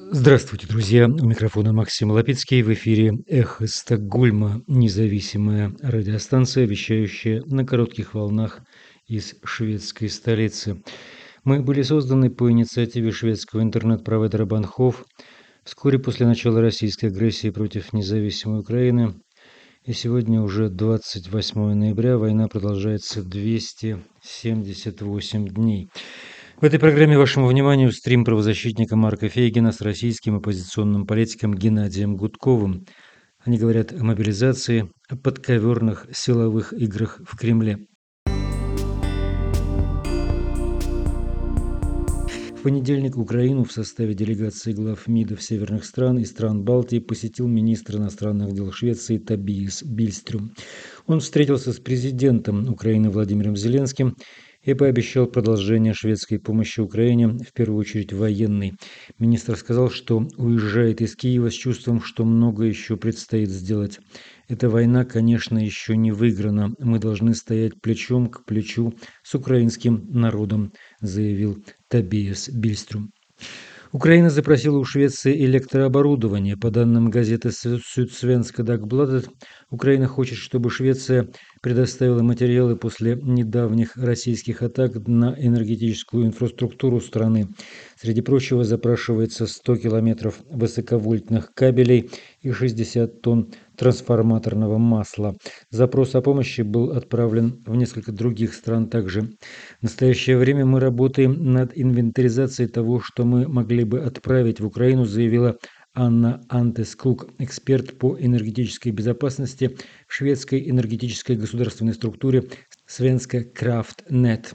Здравствуйте, друзья! У микрофона Максим Лапицкий. В эфире «Эхо Стокгольма», независимая радиостанция, вещающая на коротких волнах из шведской столицы. Мы были созданы по инициативе шведского интернет-провайдера Банхоф вскоре после начала российской агрессии против независимой Украины. И сегодня уже 28 ноября, война продолжается 278 дней. В этой программе вашему вниманию стрим правозащитника Марка Фейгина с российским оппозиционным политиком Геннадием Гудковым. Они говорят о мобилизации, о подковерных силовых играх в Кремле. В понедельник Украину в составе делегации глав МИДов северных стран и стран Балтии посетил министр иностранных дел Швеции Тобиас Бильстрюм. Он встретился с президентом Украины Владимиром Зеленским и пообещал продолжение шведской помощи Украине, в первую очередь военной. Министр сказал, что уезжает из Киева с чувством, что много еще предстоит сделать. Эта война, конечно, еще не выиграна. Мы должны стоять плечом к плечу с украинским народом, заявил Тобиас Бильстрюм. Украина запросила у Швеции электрооборудование. По данным газеты Sydsvenska Dagbladet, Украина хочет, чтобы Швеция предоставила материалы после недавних российских атак на энергетическую инфраструктуру страны. Среди прочего запрашивается 100 километров высоковольтных кабелей и 60 тонн трансформаторного масла. Запрос о помощи был отправлен в несколько других стран также. В настоящее время мы работаем над инвентаризацией того, что мы могли бы отправить в Украину, заявила Анна Антескук, эксперт по энергетической безопасности в шведской энергетической государственной структуре Svenska Kraftnät.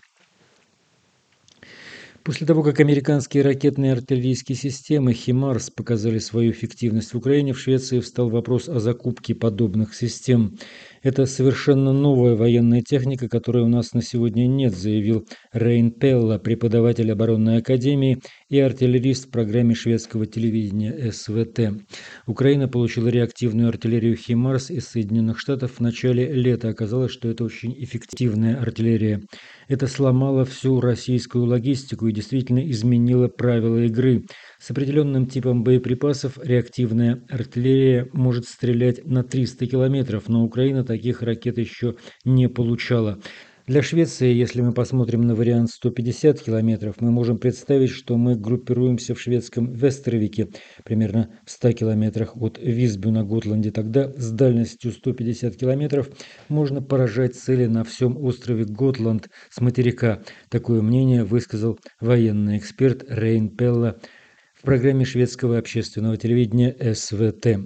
После того, как американские ракетные и артиллерийские системы «Химарс» показали свою эффективность в Украине, в Швеции встал вопрос о закупке подобных систем. Это совершенно новая военная техника, которой у нас на сегодня нет, заявил Рейн Пелла, преподаватель оборонной академии и артиллерист в программе шведского телевидения СВТ. Украина получила реактивную артиллерию «Химарс» из Соединенных Штатов в начале лета. Оказалось, что это очень эффективная артиллерия. Это сломало всю российскую логистику и действительно изменило правила игры. С определенным типом боеприпасов реактивная артиллерия может стрелять на 300 километров, но Украина таких ракет еще не получала. Для Швеции, если мы посмотрим на вариант 150 километров, мы можем представить, что мы группируемся в шведском Вестервике, примерно в 100 километрах от Висбю на Готланде. Тогда с дальностью 150 километров можно поражать цели на всем острове Готланд с материка. Такое мнение высказал военный эксперт Рейн Пелла в программе шведского общественного телевидения СВТ.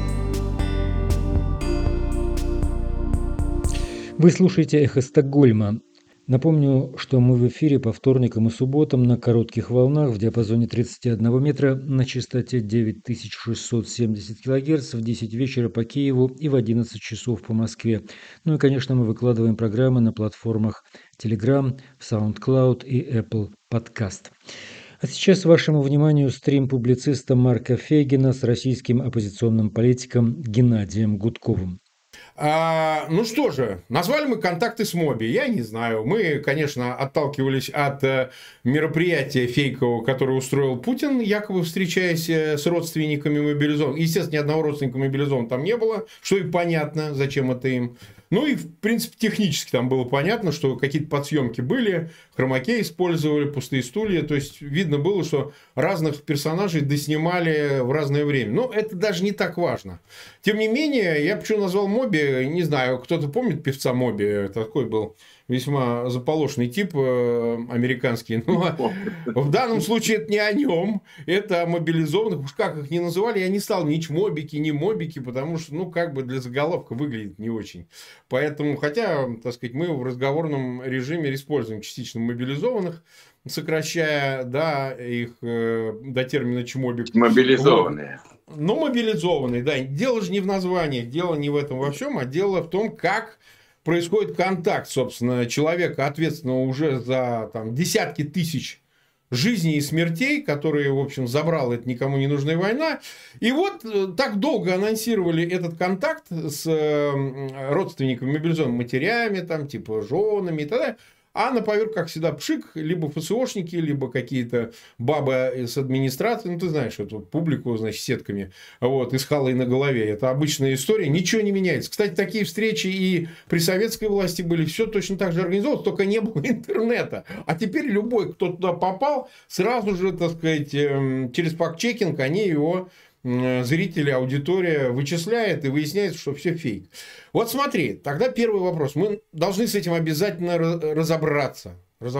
Вы слушаете «Эхо Стокгольма». Напомню, что мы в эфире по вторникам и субботам на коротких волнах в диапазоне 31 метра на частоте 9670 кГц в 10 вечера по Киеву и в 11 часов по Москве. Ну и, конечно, мы выкладываем программы на платформах Telegram, SoundCloud и Apple Podcast. А сейчас вашему вниманию стрим публициста Марка Фейгина с российским оппозиционным политиком Геннадием Гудковым. Ну что же, назвали мы контакты с Моби, я не знаю. Мы, конечно, отталкивались от мероприятия фейкового, которое устроил Путин, якобы встречаясь с родственниками мобилизованных. Естественно, ни одного родственника мобилизованного там не было, что и понятно, зачем это им. Ну и, в принципе, технически там было понятно, что какие-то подсъемки были, хромакей использовали, пустые стулья. То есть, видно было, что разных персонажей доснимали в разное время. Но это даже не так важно. Тем не менее, я почему назвал Моби, не знаю, кто-то помнит певца Моби, такой был весьма заполошный тип американский. Но в данном случае это не о нем, это о мобилизованных. Уж как их ни называли, я не стал ни чмобики, ни мобики, потому что, ну, как бы для заголовка выглядит не очень. Поэтому, хотя, так сказать, мы в разговорном режиме используем частично мобилизованных, сокращая, да, их до термина чмобик. Мобилизованные. Вот. Ну, мобилизованные, да. Дело же не в названиях, дело не в этом во всем, а дело в том, как происходит контакт, собственно, человека, ответственного уже за там, десятки тысяч жизней и смертей, которые, в общем, забрала эта никому не нужная война. И вот так долго анонсировали этот контакт с родственниками, мобилизованными матерями, там, типа женами и так далее. а на поверх, как всегда, пшик, либо ФСОшники, либо какие-то бабы с администрации, ну, ты знаешь, эту публику, значит, сетками, вот, и с халой на голове. Это обычная история, ничего не меняется. Кстати, такие встречи и при советской власти были, все точно так же организовано, только не было интернета. А теперь любой, кто туда попал, сразу же, так сказать, через факт-чекинг они его зрители, аудитория вычисляет и выясняется, что все фейк. Вот смотри, тогда первый вопрос. Мы должны с этим обязательно разобраться.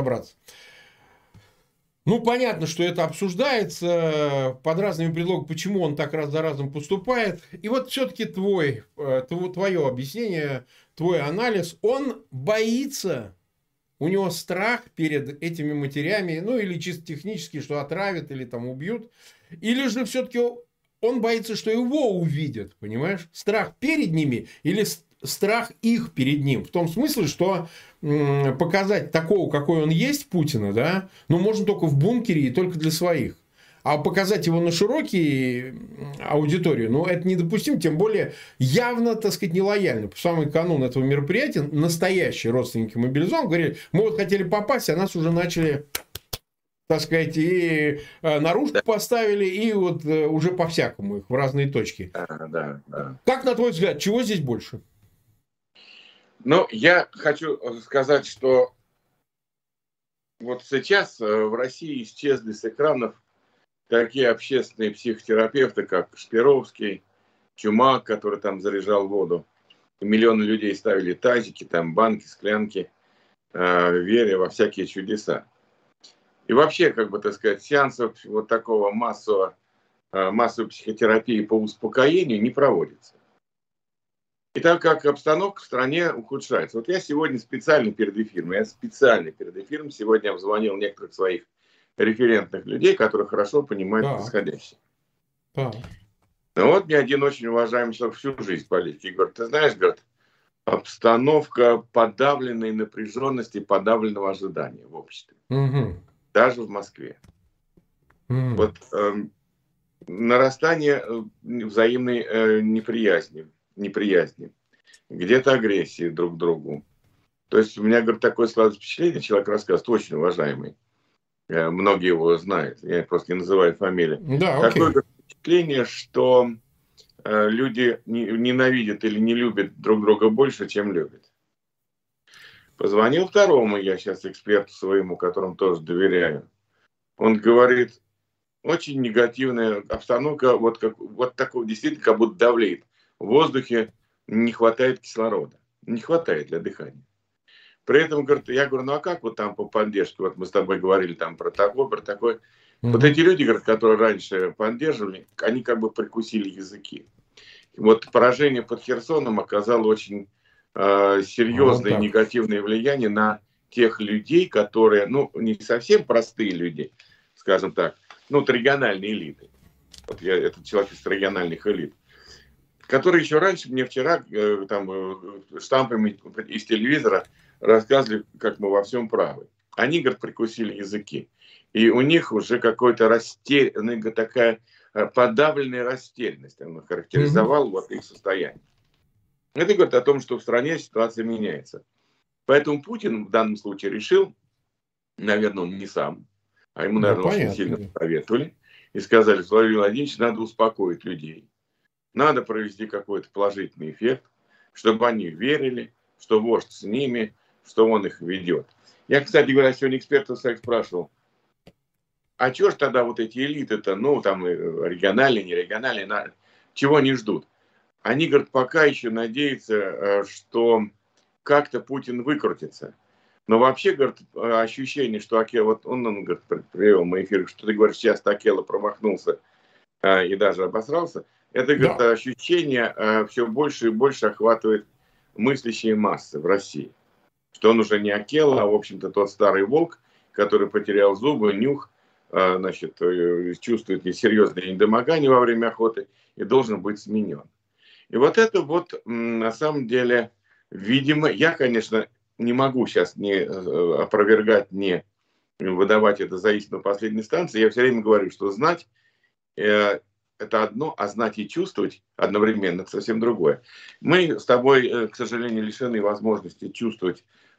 Ну, понятно, что это обсуждается под разными предлогами, почему он так раз за разом поступает. И вот все-таки твое объяснение, твой анализ, он боится, у него страх перед этими матерями, ну, или чисто технически, что отравят или там убьют, или же все-таки он боится, что его увидят, понимаешь? Страх перед ними или страх их перед ним. В том смысле, что показать такого, какой он есть, Путина, да, ну, можно только в бункере и только для своих. А показать его на широкие аудиторию, ну, это недопустимо, тем более явно, так сказать, нелояльно. В самый канун этого мероприятия настоящие родственники мобилизованных говорили, мы вот хотели попасть, а нас уже начали, так сказать, и наружку поставили, и вот уже по-всякому их в разные точки. Да. Как, на твой взгляд, чего здесь больше? Ну, я хочу сказать, что вот сейчас в России исчезли с экранов такие общественные психотерапевты, как Шпировский, Чумак, который там заряжал воду. Миллионы людей ставили тазики, там банки, склянки, веря во всякие чудеса. И вообще, как бы, так сказать, сеансов вот такого массовой психотерапии по успокоению не проводится. И так как обстановка в стране ухудшается. Вот я сегодня специально перед эфиром сегодня обзвонил некоторых своих референтных людей, которые хорошо понимают происходящее. Ну вот мне один очень уважаемый человек всю жизнь в политике говорит, ты знаешь, говорит, обстановка подавленной напряженности, подавленного ожидания в обществе. Даже в Москве. Вот нарастание взаимной неприязни, где-то агрессии друг к другу. То есть у меня, говорит, такое складывается впечатление, человек рассказывает, очень уважаемый, многие его знают, я просто не называю фамилию. Да, такое, говорит, впечатление, что люди ненавидят или не любят друг друга больше, чем любят. Позвонил второму, я сейчас эксперту своему, которому тоже доверяю. Он говорит, очень негативная обстановка, вот такого действительно как будто давлеет. В воздухе не хватает кислорода, не хватает для дыхания. При этом, говорит, я говорю, ну а как вот там по поддержке, вот мы с тобой говорили там про такое. Вот эти люди, говорят, которые раньше поддерживали, они как бы прикусили языки. Вот поражение под Херсоном оказало очень серьезное негативное влияние на тех людей, которые, ну, не совсем простые люди, скажем так, ну, вот региональные элиты. Вот я этот человек из региональных элит, которые еще раньше мне вчера там штампами из телевизора рассказывали, как мы во всем правы. Они, говорят, прикусили языки. И у них уже какой-то такая подавленная растерянность. Он характеризовал вот их состояние. Это говорит о том, что в стране ситуация меняется. Поэтому Путин в данном случае решил, наверное, он не сам, а ему, наверное, очень сильно советовали, и сказали, что Владимир Владимирович, надо успокоить людей. Надо провести какой-то положительный эффект, чтобы они верили, что вождь с ними, что он их ведет. Я, кстати говоря, сегодня экспертов своих спрашивал, а чего ж тогда вот эти элиты-то, ну, там, региональные, нерегиональные, чего они ждут? Они, говорят, пока еще надеются, что как-то Путин выкрутится. Но вообще, говорит, ощущение, что Акела, вот он говорит, привел мой эфир, что ты говоришь, сейчас Акела промахнулся и даже обосрался. Это, говорит, ощущение все больше и больше охватывает мыслящие массы в России. Что он уже не Акела, а, в общем-то, тот старый волк, который потерял зубы, нюх, значит, чувствует несерьезное недомогание во время охоты и должен быть сменен. И вот это вот, на самом деле, видимо, я, конечно, не могу сейчас не опровергать, не выдавать это за истину последней инстанции. Я все время говорю, что знать это одно, а знать и чувствовать одновременно это совсем другое. Мы с тобой, к сожалению, лишены возможности чувствовать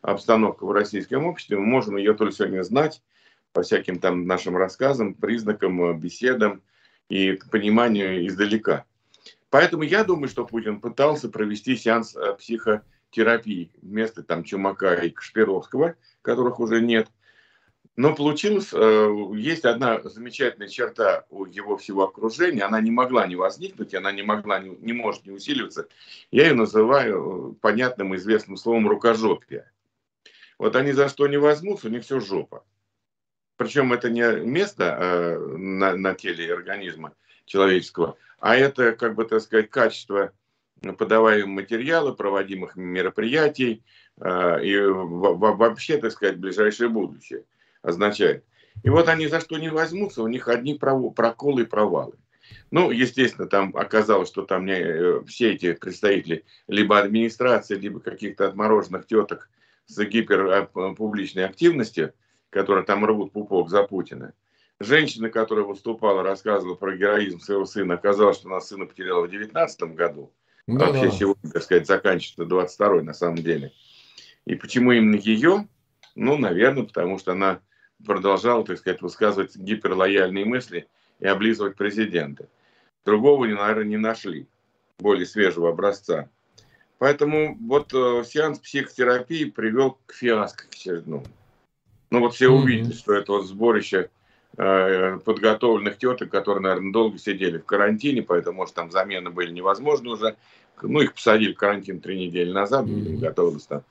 обстановка в российском обществе, мы можем ее только сегодня знать по всяким там нашим рассказам, признакам, беседам и пониманию издалека. Поэтому я думаю, что Путин пытался провести сеанс психотерапии вместо там Чумака и Кашпировского, которых уже нет. Но получилось, есть одна замечательная черта у его всего окружения, она не могла не возникнуть, она не может не усиливаться. Я ее называю понятным и известным словом рукожопие. Вот они за что не возьмутся, у них все жопа. Причем это не место на теле организма человеческого, а это, как бы так сказать, качество подаваемого материала, проводимых мероприятий и вообще, так сказать, ближайшее будущее означает. И вот они за что не возьмутся, у них одни проколы и провалы. Ну, естественно, там оказалось, что там все эти представители либо администрации, либо каких-то отмороженных теток с гиперпубличной активностью, которые там рвут пупок за Путина. Женщина, которая выступала, рассказывала про героизм своего сына, оказалось, что она сына потеряла в 2019 году. Да, вообще сегодня, так сказать, заканчивается 22-й на самом деле. И почему именно ее? Ну, наверное, потому что она продолжала, так сказать, высказывать гиперлояльные мысли и облизывать президента. Другого, наверное, не нашли, более свежего образца. Поэтому вот сеанс психотерапии привел к фиаско очередному. Ну вот все увидели, что это вот сборище подготовленных теток, которые, наверное, долго сидели в карантине, поэтому, может, там замены были невозможны уже. Ну, их посадили в карантин 3 недели назад, готовились там.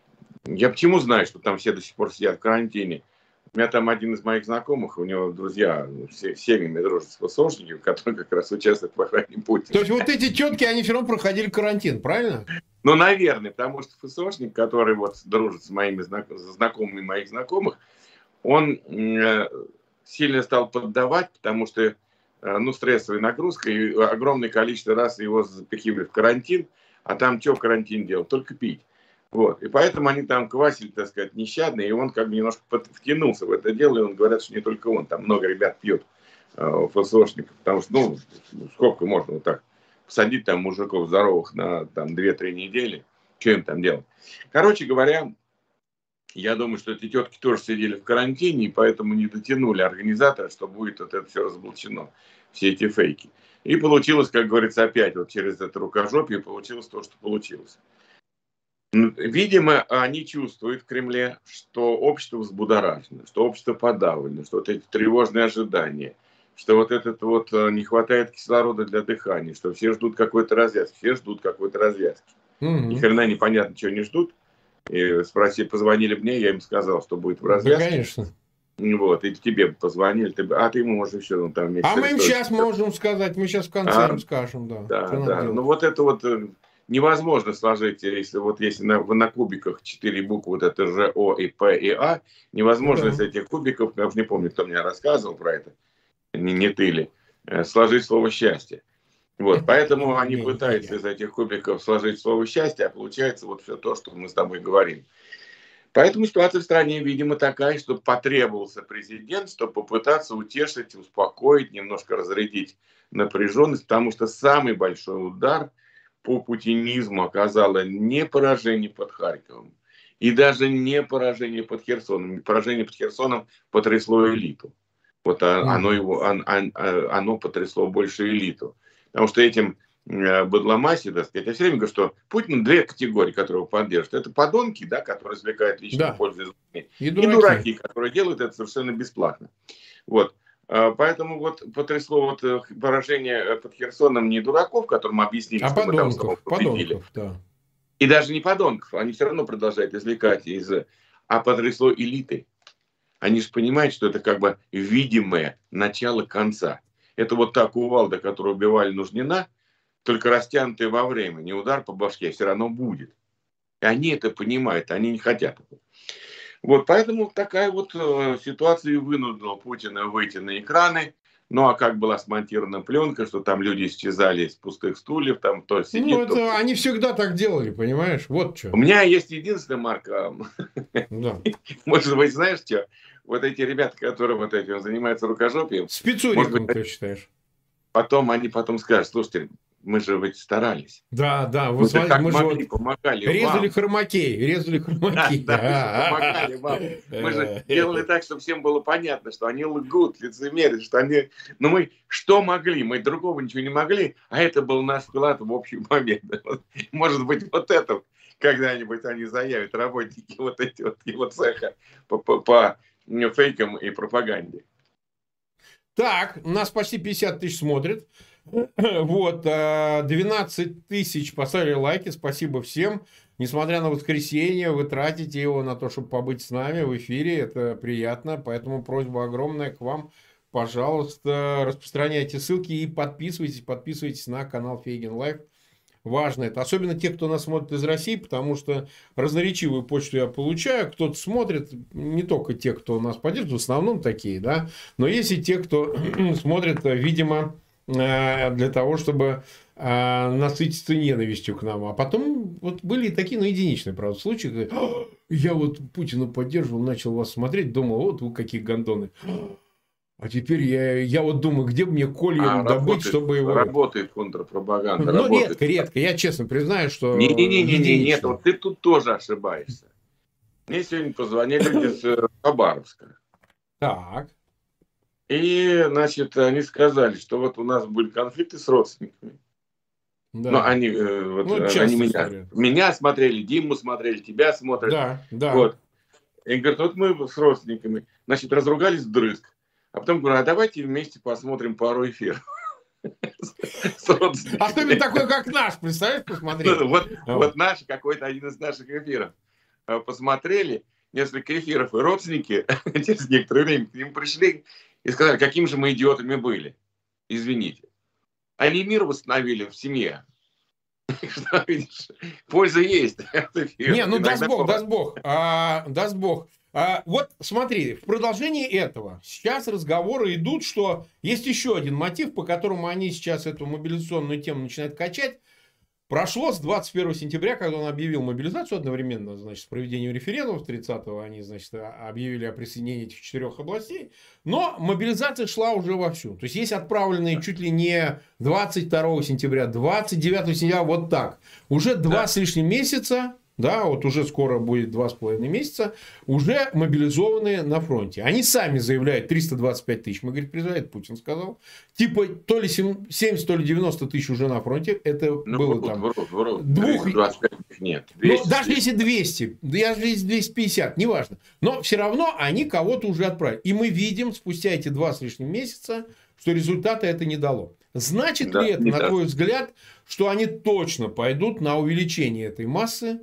Я почему знаю, что там все до сих пор сидят в карантине? У меня там один из моих знакомых, у него друзья семьями дружат с ФСОшниками, которые как раз участвуют в охране Путина. То есть вот эти тетки, они все равно проходили карантин, правильно? Ну, наверное, потому что ФСОшник, который вот дружит с моими знакомыми моих знакомых, он сильно стал поддавать, потому что стрессовая нагрузка, и огромное количество раз его запихивали в карантин, а там что в карантин делал? Только пить. Вот. И поэтому они там квасили, так сказать, нещадно, и он как бы немножко втянулся в это дело, и он говорит, что не только он, там много ребят пьют ФСОшников, потому что, сколько можно вот так посадить там мужиков здоровых на там 2-3 недели, что им там делать. Короче говоря, я думаю, что эти тетки тоже сидели в карантине, и поэтому не дотянули организаторы, что будет вот это все разоблачено, все эти фейки. И получилось, как говорится, опять вот через это рукожопие получилось то, что получилось. Видимо, они чувствуют в Кремле, что общество взбудоражено, что общество подавлено, что вот эти тревожные ожидания, что вот этот вот не хватает кислорода для дыхания, что все ждут какой-то развязки, Ни хрена непонятно, чего не ждут. И позвонили мне, я им сказал, что будет в развязке. Да, конечно. Вот, и тебе позвонили, ты ему можешь еще там вместе. А мы им сейчас можем сказать, мы сейчас в конце им скажем, да. Да. Ну вот это вот невозможно сложить, если на кубиках 4 буквы, вот это Ж, О, и П, и А, невозможно из этих кубиков, я уже не помню, кто мне рассказывал про это, не ты ли, сложить слово «счастье». Вот, поэтому они пытаются из этих кубиков сложить слово «счастье», а получается вот все то, что мы с тобой говорим. Поэтому ситуация в стране, видимо, такая, что потребовался президент, чтобы попытаться утешить, успокоить, немножко разрядить напряженность, потому что самый большой удар по путинизму оказало не поражение под Харьковом и даже не поражение под Херсоном. Поражение под Херсоном потрясло элиту. Вот оно потрясло больше элиту. Потому что этим быдломасе, так сказать, я все время говорю, что Путин 2 категории, которые его поддерживают. Это подонки, да, которые извлекают личную пользу из жизни, и дураки, которые делают это совершенно бесплатно. Вот. Поэтому вот потрясло вот поражение под Херсоном не дураков, которым объяснили, что мы там победили. Да. И даже не подонков, они все равно продолжают извлекать а потрясло элиты. Они же понимают, что это как бы видимое начало конца. Это вот та кувалда, которую убивали Нужнина, только растянутая во времени, удар по башке все равно будет. И они это понимают, они не хотят. Вот, поэтому такая вот ситуация и вынудила Путина выйти на экраны. Ну, а как была смонтирована пленка, что там люди исчезали из пустых стульев, там то сидит... Ну, это они всегда так делали, понимаешь? Вот что. У меня есть единственная марка. Да. Может быть, знаешь что? Вот эти ребята, которые вот этим занимаются рукожопием... Спецуриком, ты считаешь? Они потом скажут, слушайте, Мы же ведь старались. Да, да. Мы Вот же смотрите, как мы же могли, вот помогали резали вам. хромакей, резали хромакей. Да, мы же помогали вам. Мы же делали так, чтобы всем было понятно, что они лгут, лицемерят, что они... Но мы что могли? Мы другого ничего не могли, а это был наш вклад в общую победу. Может быть, вот это когда-нибудь они заявят, работники вот эти вот его цеха по фейкам и пропаганде. Так, нас почти 50 тысяч смотрит. Вот, 12 тысяч поставили лайки, спасибо всем. Несмотря на воскресенье, вы тратите его на то, чтобы побыть с нами в эфире, это приятно, поэтому просьба огромная к вам. Пожалуйста, распространяйте ссылки и подписывайтесь на канал Фейгин Лайф. Важно это, особенно те, кто нас смотрит из России, потому что разноречивую почту я получаю, кто-то смотрит, не только те, кто нас поддерживает, в основном такие, да, но есть и те, кто смотрит, видимо, для того, чтобы насытиться ненавистью к нам. А потом вот были и такие, единичные, правда, случаи, когда я вот Путина поддерживал, начал вас смотреть, думал, вот вы какие гондоны. А теперь я вот думаю, где бы мне кольем добыть, чтобы его... Работает контрпропаганда. Ну, редко. Я честно признаю, что... Нет, вот ты тут тоже ошибаешься. Мне сегодня позвонили люди с Хабаровска. Так. И, значит, они сказали, что вот у нас были конфликты с родственниками. Да. Но они, они меня смотрели, Диму смотрели, тебя смотрят. Да. Вот. И говорят, вот мы с родственниками, значит, разругались вдрызг. А потом говорю, а давайте вместе посмотрим пару эфиров. Особенно такой, как наш, представляешь, посмотри. Вот наш, какой-то один из наших эфиров. Посмотрели несколько эфиров, и родственники через некоторое время к ним пришли и сказали, какими же мы идиотами были. Извините. Они мир восстановили в семье. Что, видишь, польза есть. Не, ну даст Бог. Вот смотри, в продолжении этого сейчас разговоры идут, что есть еще один мотив, по которому они сейчас эту мобилизационную тему начинают качать. Прошло с 21 сентября, когда он объявил мобилизацию одновременно, значит, с проведением референдума, 30-го они, значит, объявили о присоединении этих 4 областей, но мобилизация шла уже вовсю. То есть, есть отправленные чуть ли не 22 сентября, 29 сентября, вот так. Уже 2 с лишним месяца, да, вот уже скоро будет 2,5 месяца, уже мобилизованные на фронте. Они сами заявляют 325 тысяч. Мы, говорит, призывает, Путин сказал. Типа то ли 70, то ли 90 тысяч уже на фронте. Это было там... Врут. 225 нет. 200. Ну, даже если 200, даже если 250, неважно. Но все равно они кого-то уже отправили. И мы видим спустя эти 2 с лишним месяца, что результата это не дало. Значит ли это, на твой взгляд, что они точно пойдут на увеличение этой массы,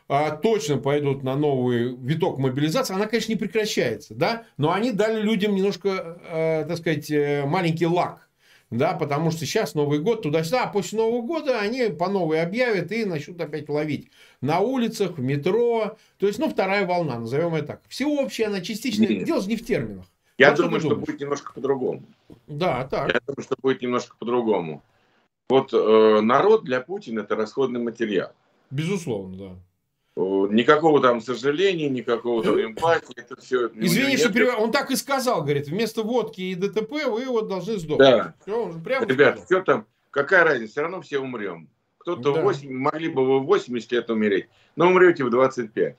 точно пойдут на новый виток мобилизации? Она, конечно, не прекращается, да, но они дали людям немножко, так сказать, маленький лак, да, потому что сейчас Новый год, туда-сюда, а после Нового года они по новой объявят и начнут опять ловить на улицах, в метро, то есть, вторая волна, назовем это так. Всеобщая, она частичная, дело же не в терминах. Я думаю, что будет немножко по-другому. Да, так. Я думаю, что будет немножко по-другому. Вот народ для Путина – это расходный материал. Безусловно, да. Никакого там сожаления, никакого там эмпатии. Это все. Извини, что он так и сказал, говорит, вместо водки и ДТП вы вот должны сдохнуть. Да. Все, он прямо ребят, сказал. что там, какая разница, все равно все умрем. Кто-то могли бы вы в 80 лет умереть, но умрете в 25.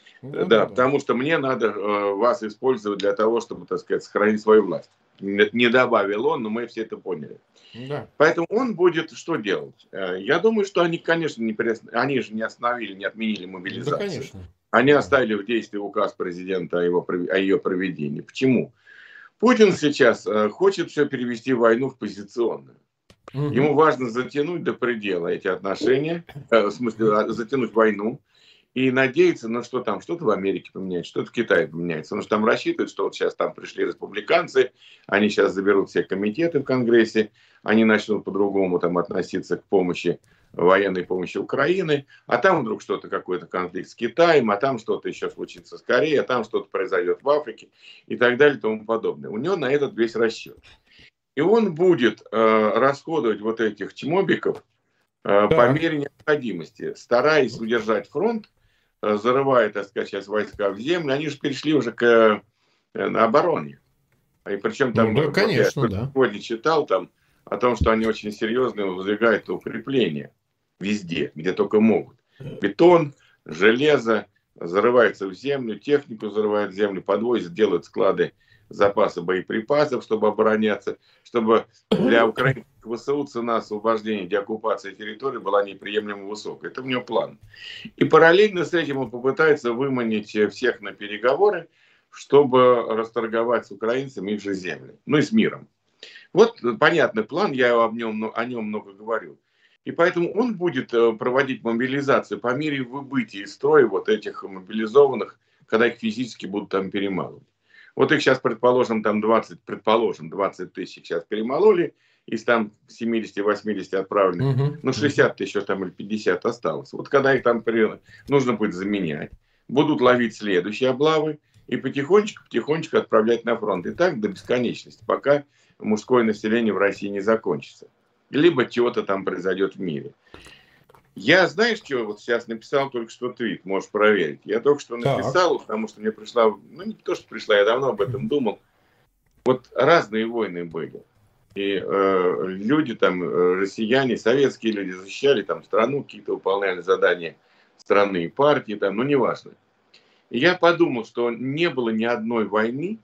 Да, потому что мне надо вас использовать для того, чтобы, так сказать, сохранить свою власть. Не добавил он, но мы все это поняли. Да. Поэтому он будет что делать? Я думаю, что они, конечно, они же не остановили, не отменили мобилизацию. Да, конечно. Они оставили в действии указ президента о ее проведении. Почему? Путин сейчас хочет все перевести войну в позиционную. Ему важно затянуть до предела эти отношения, в смысле затянуть войну, и надеяться, что там что-то в Америке поменяется, что-то в Китае поменяется. Потому что там рассчитывают, что вот сейчас там пришли республиканцы, они сейчас заберут все комитеты в Конгрессе, они начнут по-другому там относиться к помощи, военной помощи Украины, а там вдруг что-то, какой-то конфликт с Китаем, а там что-то еще случится с Кореей, а там что-то произойдет в Африке и так далее и тому подобное. У него на этот весь расчет. И он будет расходовать вот этих чмобиков по мере необходимости, стараясь удержать фронт, зарывая, так сказать, сейчас войска в землю. Они же перешли уже к обороне. И причем там, конечно, да. Сегодня читал, там о том, что они очень серьезные, выдвигают укрепления везде, где только могут. Бетон, железо, зарывается в землю, технику зарывают в землю, подвозят, делают склады запаса боеприпасов, чтобы обороняться, чтобы для украинских ВСУ цена освобождения, деоккупации территории была неприемлемо высокой. Это у него план. И параллельно с этим он попытается выманить всех на переговоры, чтобы расторговать с украинцами их же земли, ну и с миром. Вот понятный план, я о нем много говорил. И поэтому он будет проводить мобилизацию по мере выбытия из строя вот этих мобилизованных, когда их физически будут там перемалывать. Вот их сейчас, предположим, 20 тысяч сейчас перемололи, из там 70-80 отправленных, ну 60 тысяч там или 50 осталось. Вот когда их там нужно будет заменять, будут ловить следующие облавы и потихонечку отправлять на фронт. И так до бесконечности, пока мужское население в России не закончится. Либо чего-то там произойдет в мире. Я, знаешь, что вот сейчас написал только что твит, можешь проверить. Я только что написал, потому что мне пришла, ну не то, что пришла, я давно об этом думал. Вот разные войны были. И люди там, россияне, советские люди защищали там страну, какие-то выполняли задания страны и партии, там, ну неважно. И я подумал, что не было ни одной войны,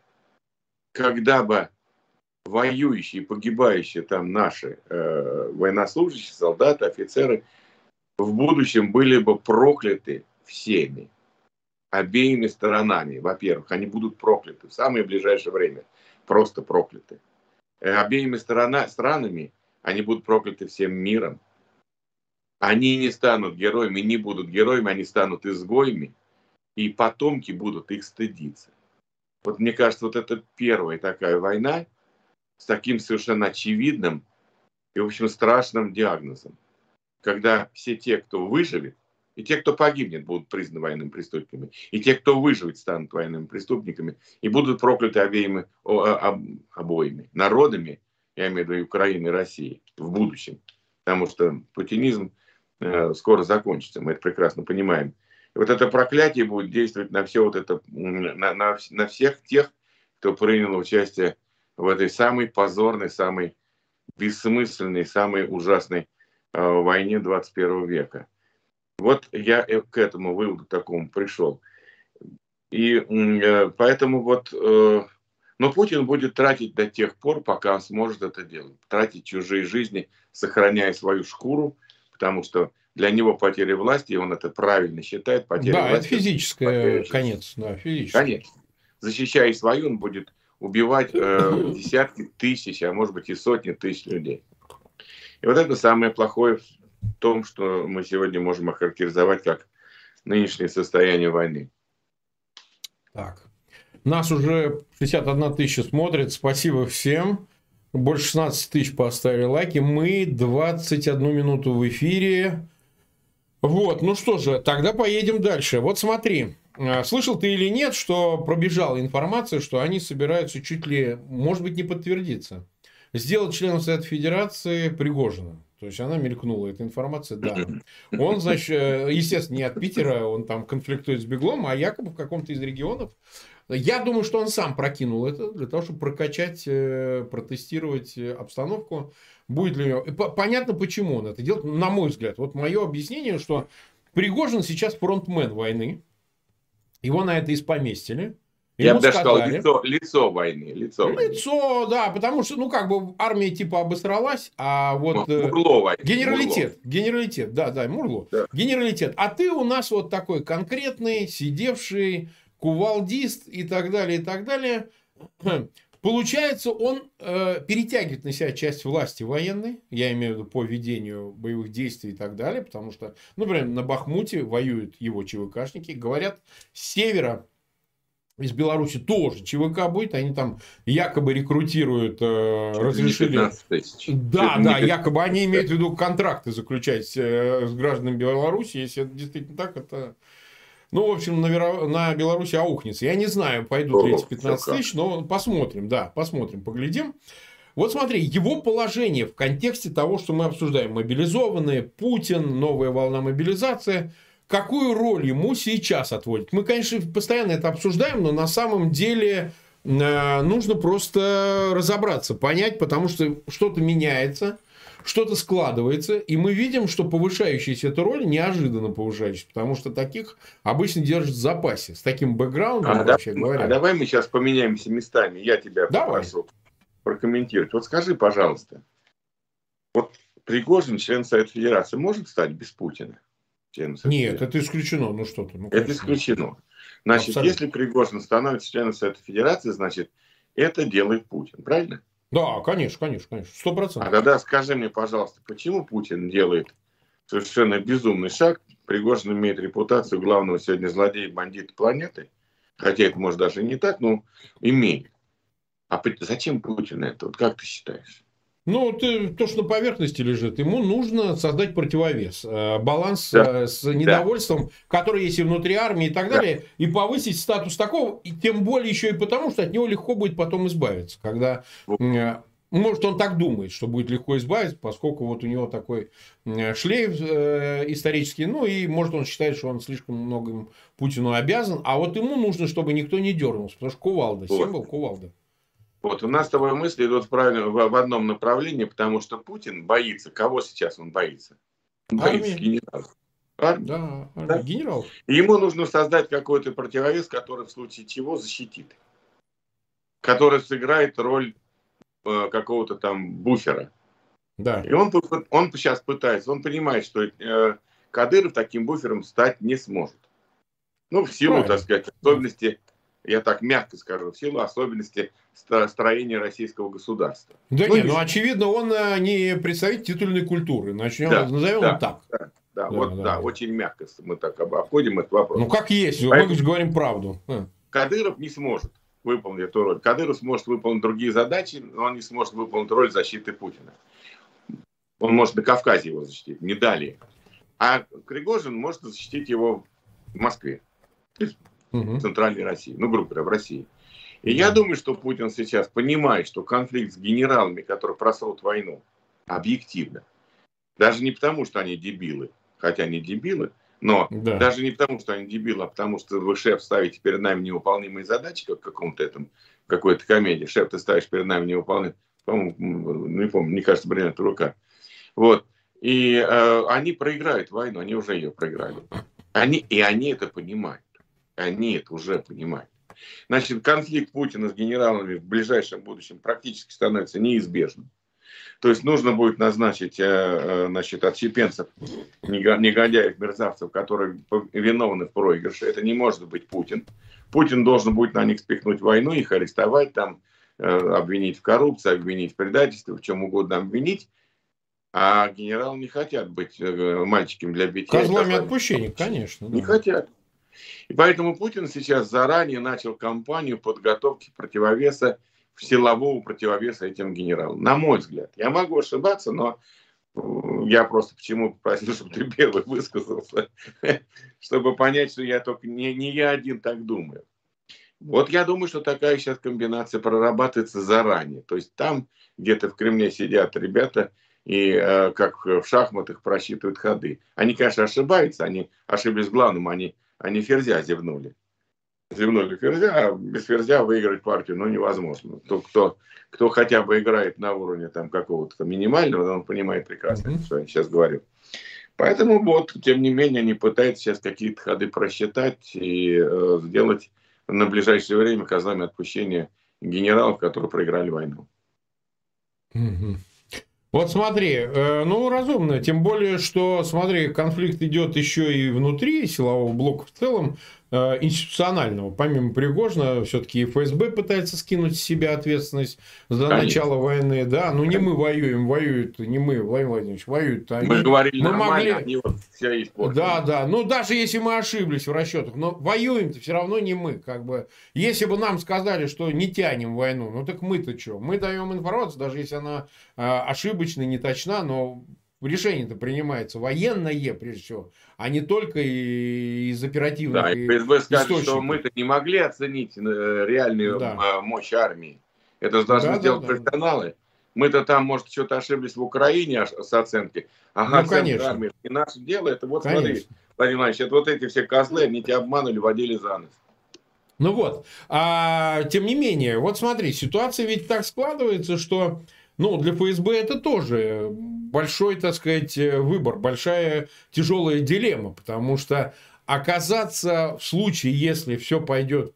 когда бы воюющие, погибающие там наши военнослужащие, солдаты, офицеры в будущем были бы прокляты всеми, обеими сторонами. Во-первых, они будут прокляты в самое ближайшее время, просто прокляты. Обеими странами они будут прокляты всем миром. Они не станут героями, не будут героями, они станут изгоями, и потомки будут их стыдиться. Вот мне кажется, вот это первая такая война с таким совершенно очевидным и, в общем, страшным диагнозом. Когда все те, кто выживет, и те, кто погибнет, будут признаны военными преступниками, и те, кто выживет, станут военными преступниками, и будут прокляты обоими народами, я имею в виду и Украины, и России, в будущем. Потому что путинизм скоро закончится, мы это прекрасно понимаем. И вот это проклятие будет действовать на все вот это, на всех тех, кто принял участие в этой самой позорной, самой бессмысленной, самой ужасной войне 21 века. Вот я к этому выводу такому пришел. И поэтому вот, но Путин будет тратить до тех пор, пока он сможет это делать. Тратить чужие жизни, сохраняя свою шкуру, потому что для него потеря власти, и он это правильно считает, потеря власти. Да, это физическое, конец. Да, физическое. Конечно. Защищая свою, он будет убивать десятки тысяч, а может быть и сотни тысяч людей. И вот это самое плохое в том, что мы сегодня можем охарактеризовать как нынешнее состояние войны. Так. Нас уже 61 тысяча смотрит. Спасибо всем. Больше 16 тысяч поставили лайки. Мы 21 минуту в эфире. Вот, ну что же, тогда поедем дальше. Вот смотри. Слышал ты или нет, что пробежала информация, что они собираются чуть ли, может быть, не подтвердиться, сделать членом Совета Федерации Пригожина. То есть она мелькнула, эта информация, да. Он, значит, естественно, не от Питера, он там конфликтует с Беглом, а якобы в каком-то из регионов. Я думаю, что он сам прокинул это для того, чтобы прокачать, протестировать обстановку. Будет ли... Понятно, почему он это делает, на мой взгляд. Вот мое объяснение, что Пригожин сейчас фронтмен войны. Его на это испоместили. Я бы даже сказал, лицо войны. Лицо, да, потому что, ну, как бы армия типа обосралась, а вот генералитет, да, Мурло, да. Генералитет. А ты у нас вот такой конкретный, сидевший, кувалдист и так далее. Получается, он перетягивает на себя часть власти военной, я имею в виду по ведению боевых действий и так далее, потому что, например, на Бахмуте воюют его ЧВКшники, говорят, с севера, из Беларуси тоже ЧВК будет, они там якобы рекрутируют, разрешили... 15 тысяч. Да, якобы они имеют в виду контракты заключать с гражданами Беларуси, если это действительно так, это... Ну, в общем, на Беларуси аухнется. Я не знаю, пойдут ли эти 15 тысяч, но посмотрим, поглядим. Вот смотри, его положение в контексте того, что мы обсуждаем. Мобилизованные, Путин, новая волна мобилизации. Какую роль ему сейчас отводит? Мы, конечно, постоянно это обсуждаем, но на самом деле нужно просто разобраться, понять, потому что что-то меняется, что-то складывается, и мы видим, что повышающаяся эта роль неожиданно повышающаяся, потому что таких обычно держат в запасе, с таким бэкграундом, вообще говоря. Давай мы сейчас поменяемся местами, я тебя попрошу прокомментировать. Вот скажи, пожалуйста, вот Пригожин, член Совета Федерации, может стать без Путина? Нет, это исключено. Ну что ты? Это исключено. Значит, абсолютно. Если Пригожин становится членом Совета Федерации, значит, это делает Путин, правильно? Да, конечно, 100%. А тогда скажи мне, пожалуйста, почему Путин делает совершенно безумный шаг? Пригожин имеет репутацию главного сегодня злодея и бандита планеты, хотя это может даже не так, но имеет. А зачем Путин это? Вот как ты считаешь? Ну, то, что на поверхности лежит, ему нужно создать противовес, баланс с недовольством, который есть и внутри армии и так далее, и повысить статус такого, и тем более еще и потому, что от него легко будет потом избавиться, когда, может, он так думает, что будет легко избавиться, поскольку вот у него такой шлейф исторический, ну, и может он считает, что он слишком многим Путину обязан, а вот ему нужно, чтобы никто не дернулся, потому что кувалда, символ кувалда. Вот, у нас с тобой мысли идут в одном направлении, потому что Путин боится. Кого сейчас он боится? Боится генералов. Да, генерал. И ему нужно создать какой-то противовес, который в случае чего защитит. Который сыграет роль какого-то там буфера. Да. И он сейчас пытается, он понимает, что Кадыров таким буфером стать не сможет. Ну, в силу, так сказать, особенностей. Я так мягко скажу, в силу особенностей строения российского государства. Да нет, очевидно, он не представитель титульной культуры. Назовем его так. Да, очень мягко мы так обходим этот вопрос. Ну, как есть, мы говорим правду. Кадыров не сможет выполнить эту роль. Кадыров сможет выполнить другие задачи, но он не сможет выполнить роль защиты Путина. Он может на Кавказе его защитить, не далее. А Пригожин может защитить его в Москве. В Центральной России, ну, грубо говоря, в России. И я думаю, что Путин сейчас понимает, что конфликт с генералами, которые просрут войну, объективно, даже не потому, что они дебилы, хотя они дебилы, но даже не потому, что они дебилы, а потому, что вы, шеф, ставите перед нами невыполнимые задачи, как в каком-то какой-то комедии. Шеф, ты ставишь перед нами невыполнимые, по-моему, не помню, мне кажется, бриллиантовая рука. Вот. И они проиграют войну, они уже ее проиграли. Они это понимают. Они это уже понимают. Значит, конфликт Путина с генералами в ближайшем будущем практически становится неизбежным. То есть нужно будет назначить отщепенцев, негодяев, мерзавцев, которые виновны в проигрыше. Это не может быть Путин. Путин должен будет на них спихнуть войну, их арестовать, там, обвинить в коррупции, обвинить в предательстве, в чем угодно обвинить. А генералы не хотят быть мальчиками для битья. Козлами отпущения, конечно. Не хотят. И поэтому Путин сейчас заранее начал кампанию подготовки противовеса, силового противовеса этим генералам. На мой взгляд. Я могу ошибаться, но я просто почему попросил, чтобы ты первый высказался, чтобы понять, что я только не я один так думаю. Вот я думаю, что такая сейчас комбинация прорабатывается заранее. То есть там где-то в Кремле сидят ребята и как в шахматах просчитывают ходы. Они, конечно, ошибаются, они ошиблись в главном, они ферзя зевнули. Зевнули ферзя, а без ферзя выиграть партию невозможно. Кто хотя бы играет на уровне там какого-то минимального, он понимает прекрасно, что я сейчас говорю. Поэтому вот, тем не менее, они пытаются сейчас какие-то ходы просчитать и сделать на ближайшее время козлами отпущения генералов, которые проиграли войну. Вот смотри, разумно, тем более, что, смотри, конфликт идет еще и внутри силового блока в целом, институционального. Помимо Пригожина, все-таки и ФСБ пытается скинуть с себя ответственность за начало войны. Да, не мы воюем, воюют не мы, Владимир Владимирович, воюют они. Мы говорили нормально, они вот все испортили. Да, даже если мы ошиблись в расчетах, но воюем-то все равно не мы. Если бы нам сказали, что не тянем войну, так мы-то что? Мы даем информацию, даже если она ошибочна, не точна, но решение-то принимается военное, прежде всего, а не только из оперативных. Да, и ФСБ скажет, что мы-то не могли оценить реальную мощь армии. Это должны сделать профессионалы. Мы-то там, может, что-то ошиблись в Украине с оценкой. Оценка армии. И наше дело, это вот, смотри, Владимир Владимирович, это вот эти все козлы, они тебя обманули, водили за нос. Ну вот, тем не менее, вот смотри, ситуация ведь так складывается, что для ФСБ это тоже большой, так сказать, выбор, большая тяжелая дилемма, потому что оказаться в случае, если все пойдет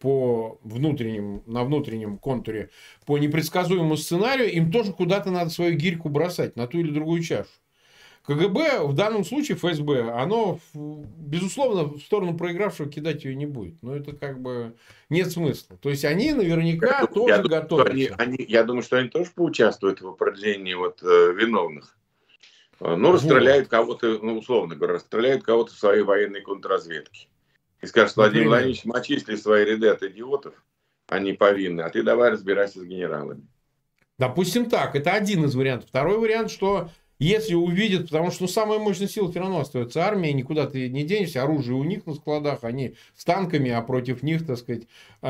на внутреннем контуре по непредсказуемому сценарию, им тоже куда-то надо свою гирьку бросать на ту или другую чашу. КГБ, в данном случае ФСБ, оно, безусловно, в сторону проигравшего кидать ее не будет. Но это как бы нет смысла. То есть они наверняка тоже готовятся. Я думаю, что они тоже поучаствуют в определении виновных. Расстреляют кого-то, условно говоря, расстреляют кого-то в своей военной контрразведке. И скажут: Владимир Владимирович, мы очистили свои ряды от идиотов, они повинны, а ты давай разбирайся с генералами. Допустим так, это один из вариантов. Второй вариант, что если увидят, потому что самая мощная сила все равно остается армия, никуда ты не денешься, оружие у них на складах, они с танками, а против них, так сказать,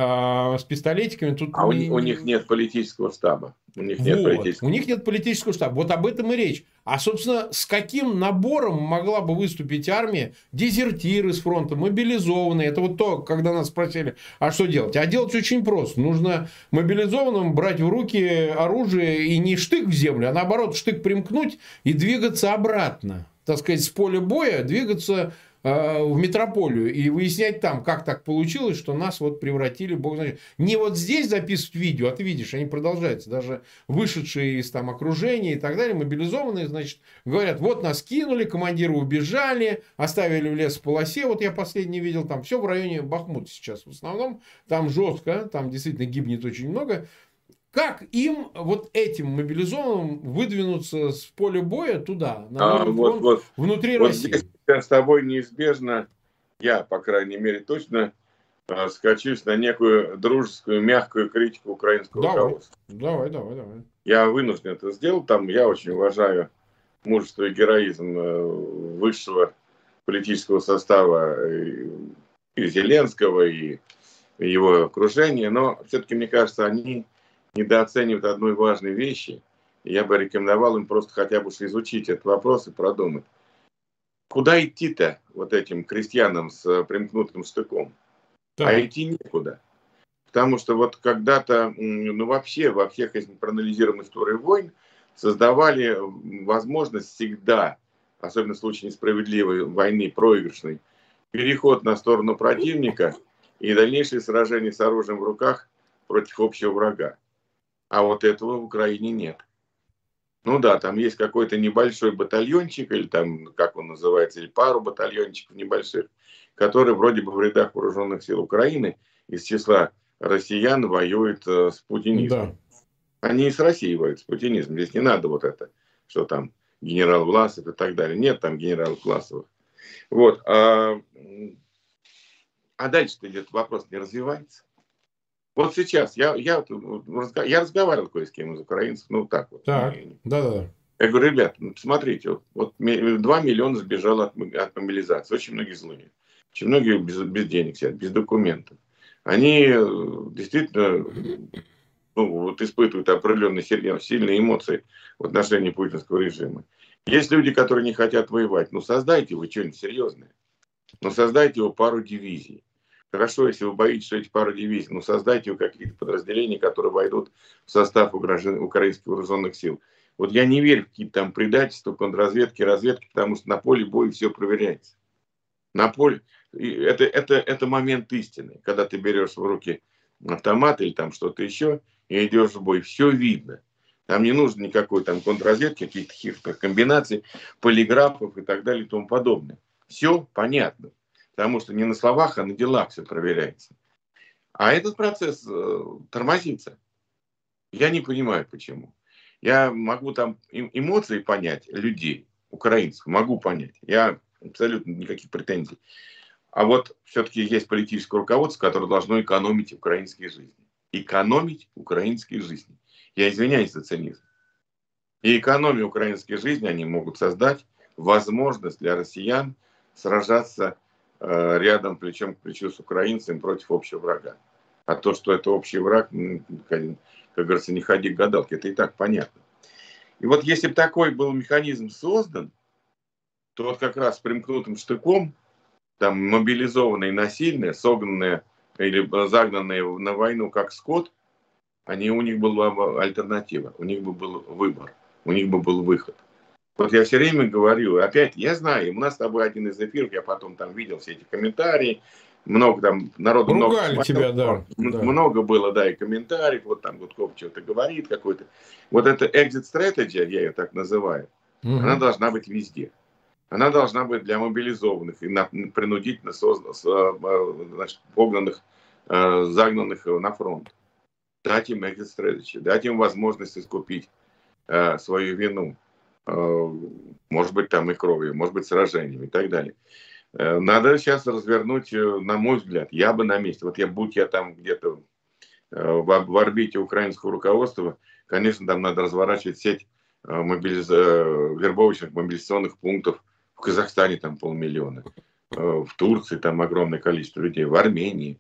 с пистолетиками. Тут у них нет политического штаба. У них нет политического штаба. Вот об этом и речь. А, собственно, с каким набором могла бы выступить армия? Дезертиры с фронта, мобилизованные. Это вот то, когда нас спросили, а что делать? А делать очень просто. Нужно мобилизованным брать в руки оружие и не штык в землю, а наоборот штык примкнуть и двигаться обратно. Так сказать, с поля боя двигаться в метрополию и выяснять там, как так получилось, что нас вот превратили, бог знает. Не вот здесь записывать видео, а ты видишь, они продолжаются. Даже вышедшие из там окружения и так далее, мобилизованные, значит, говорят: вот нас кинули, командиры убежали, оставили в лесополосе. Вот я последний видел, там все в районе Бахмута сейчас в основном. Там жестко, там действительно гибнет очень много. Как им, вот этим мобилизованным, выдвинуться с поля боя туда, на фронт, внутри России? Здесь с тобой неизбежно, я, по крайней мере, точно скачусь на некую дружескую, мягкую критику украинского руководства. Давай. Я вынужден это сделать. Там я очень уважаю мужество и героизм высшего политического состава и Зеленского, и его окружения. Но все-таки, мне кажется, они недооценивают одной важной вещи. Я бы рекомендовал им просто хотя бы изучить этот вопрос и продумать. Куда идти-то вот этим крестьянам с примкнутым штыком? Да. А идти некуда. Потому что вот когда-то, вообще, во всех, если мы проанализируем историю войн, создавали возможность всегда, особенно в случае несправедливой войны, проигрышной, переход на сторону противника и дальнейшее сражение с оружием в руках против общего врага. А вот этого в Украине нет. Там есть какой-то небольшой батальончик, или там, как он называется, или пару батальончиков небольших, которые вроде бы в рядах вооруженных сил Украины из числа россиян воюют с путинизмом. Да. Они и с Россией воюют с путинизмом. Здесь не надо вот это, что там генерал Власов и так далее. Нет там генералов Власовых. Вот. А дальше-то этот вопрос не развивается. Вот сейчас я разговаривал кое с кем из украинцев, так вот. Так, да. Я говорю: ребят, смотрите, вот 2 миллиона сбежало от мобилизации, очень многие злые, очень многие без денег сидят, без документов. Они действительно испытывают определенные сильные эмоции в отношении путинского режима. Есть люди, которые не хотят воевать. Создайте вы что-нибудь серьезное. Создайте его пару дивизий. Хорошо, если вы боитесь, что эти пару дивизий, создайте вы какие-то подразделения, которые войдут в состав украинских вооруженных сил. Вот я не верю в какие-то там предательства, контрразведки, разведки, потому что на поле боя все проверяется. На поле это момент истины, когда ты берешь в руки автомат или там что-то еще и идешь в бой, все видно. Там не нужно никакой там контрразведки, каких-то хитрых комбинаций, полиграфов и так далее и тому подобное. Все понятно. Потому что не на словах, а на делах все проверяется. А этот процесс тормозится. Я не понимаю, почему. Я могу там эмоции понять людей, украинцев, могу понять. Я абсолютно никаких претензий. А вот все-таки есть политическое руководство, которое должно экономить украинские жизни. Экономить украинские жизни. Я извиняюсь за цинизм. И экономия украинской жизни они могут создать возможность для россиян сражаться рядом, плечом к плечу с украинцами против общего врага. А то, что это общий враг, как говорится, не ходи к гадалке, это и так понятно. И вот если бы такой был механизм создан, то вот как раз с примкнутым штыком, там мобилизованные, насильные, согнанные или загнанные на войну как скот, у них была альтернатива, у них бы был выбор, у них бы был выход. Вот я все время говорю, опять, я знаю, у нас с тобой один из эфиров, я потом там видел все эти комментарии, много там народу Ругали много тебя, да. Много было, да, и комментариев, вот там Гудков что-то говорит какой-то. Вот эта exit strategy, я ее так называю, она должна быть везде. Она должна быть для мобилизованных и принудительно погнанных, загнанных на фронт. Дать им exit strategy, дать им возможность искупить свою вину. Может быть, там и кровью, может быть, сражениями и так далее. Надо сейчас развернуть, на мой взгляд, я бы на месте, вот будь я там где-то в орбите украинского руководства, конечно, там надо разворачивать сеть вербовочных мобилизационных пунктов. В Казахстане там 500 000, в Турции там огромное количество людей, в Армении,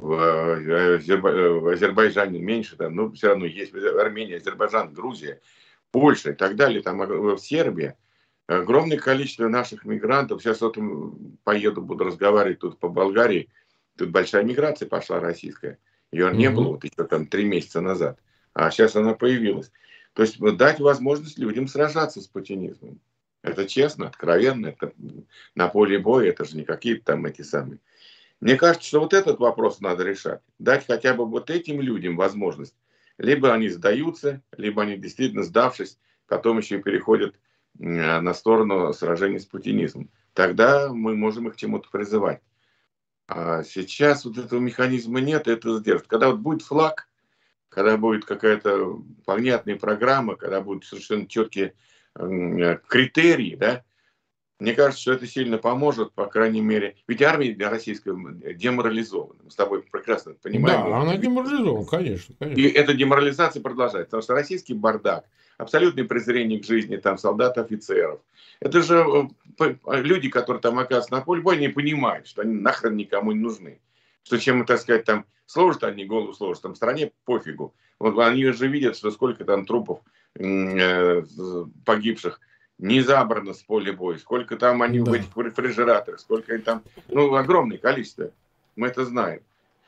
в Азербайджане меньше, там, но все равно есть Армения, Азербайджан, Грузия, Польша и так далее, там в Сербии. Огромное количество наших мигрантов. Сейчас вот поеду, буду разговаривать тут по Болгарии. Тут большая миграция пошла российская. Ее не было вот еще там 3 месяца назад. А сейчас она появилась. То есть дать возможность людям сражаться с путинизмом. Это честно, откровенно. Это на поле боя. Это же не какие-то там эти самые. Мне кажется, что вот этот вопрос надо решать. Дать хотя бы вот этим людям возможность. Либо они сдаются, либо они действительно сдавшись, потом еще и переходят на сторону сражений с путинизмом. Тогда мы можем их к чему-то призывать. А сейчас вот этого механизма нет, это сдержит. Когда вот будет флаг, когда будет какая-то понятная программа, когда будут совершенно четкие критерии, да, мне кажется, что это сильно поможет, по крайней мере. Ведь армия российская деморализована. Мы с тобой прекрасно понимаем. Да, она деморализована, конечно. И эта деморализация продолжается. Потому что российский бардак, абсолютное презрение к жизни там, солдат, офицеров. Это же люди, которые там оказываются на поле боя, не понимают, что они нахрен никому не нужны. Что чем, так сказать, там служат они, голову служат, там в стране пофигу. Вот они же видят, что сколько там трупов погибших не забрано с поля боя, сколько там они в этих рефрижераторах, сколько там, огромное количество. Мы это знаем.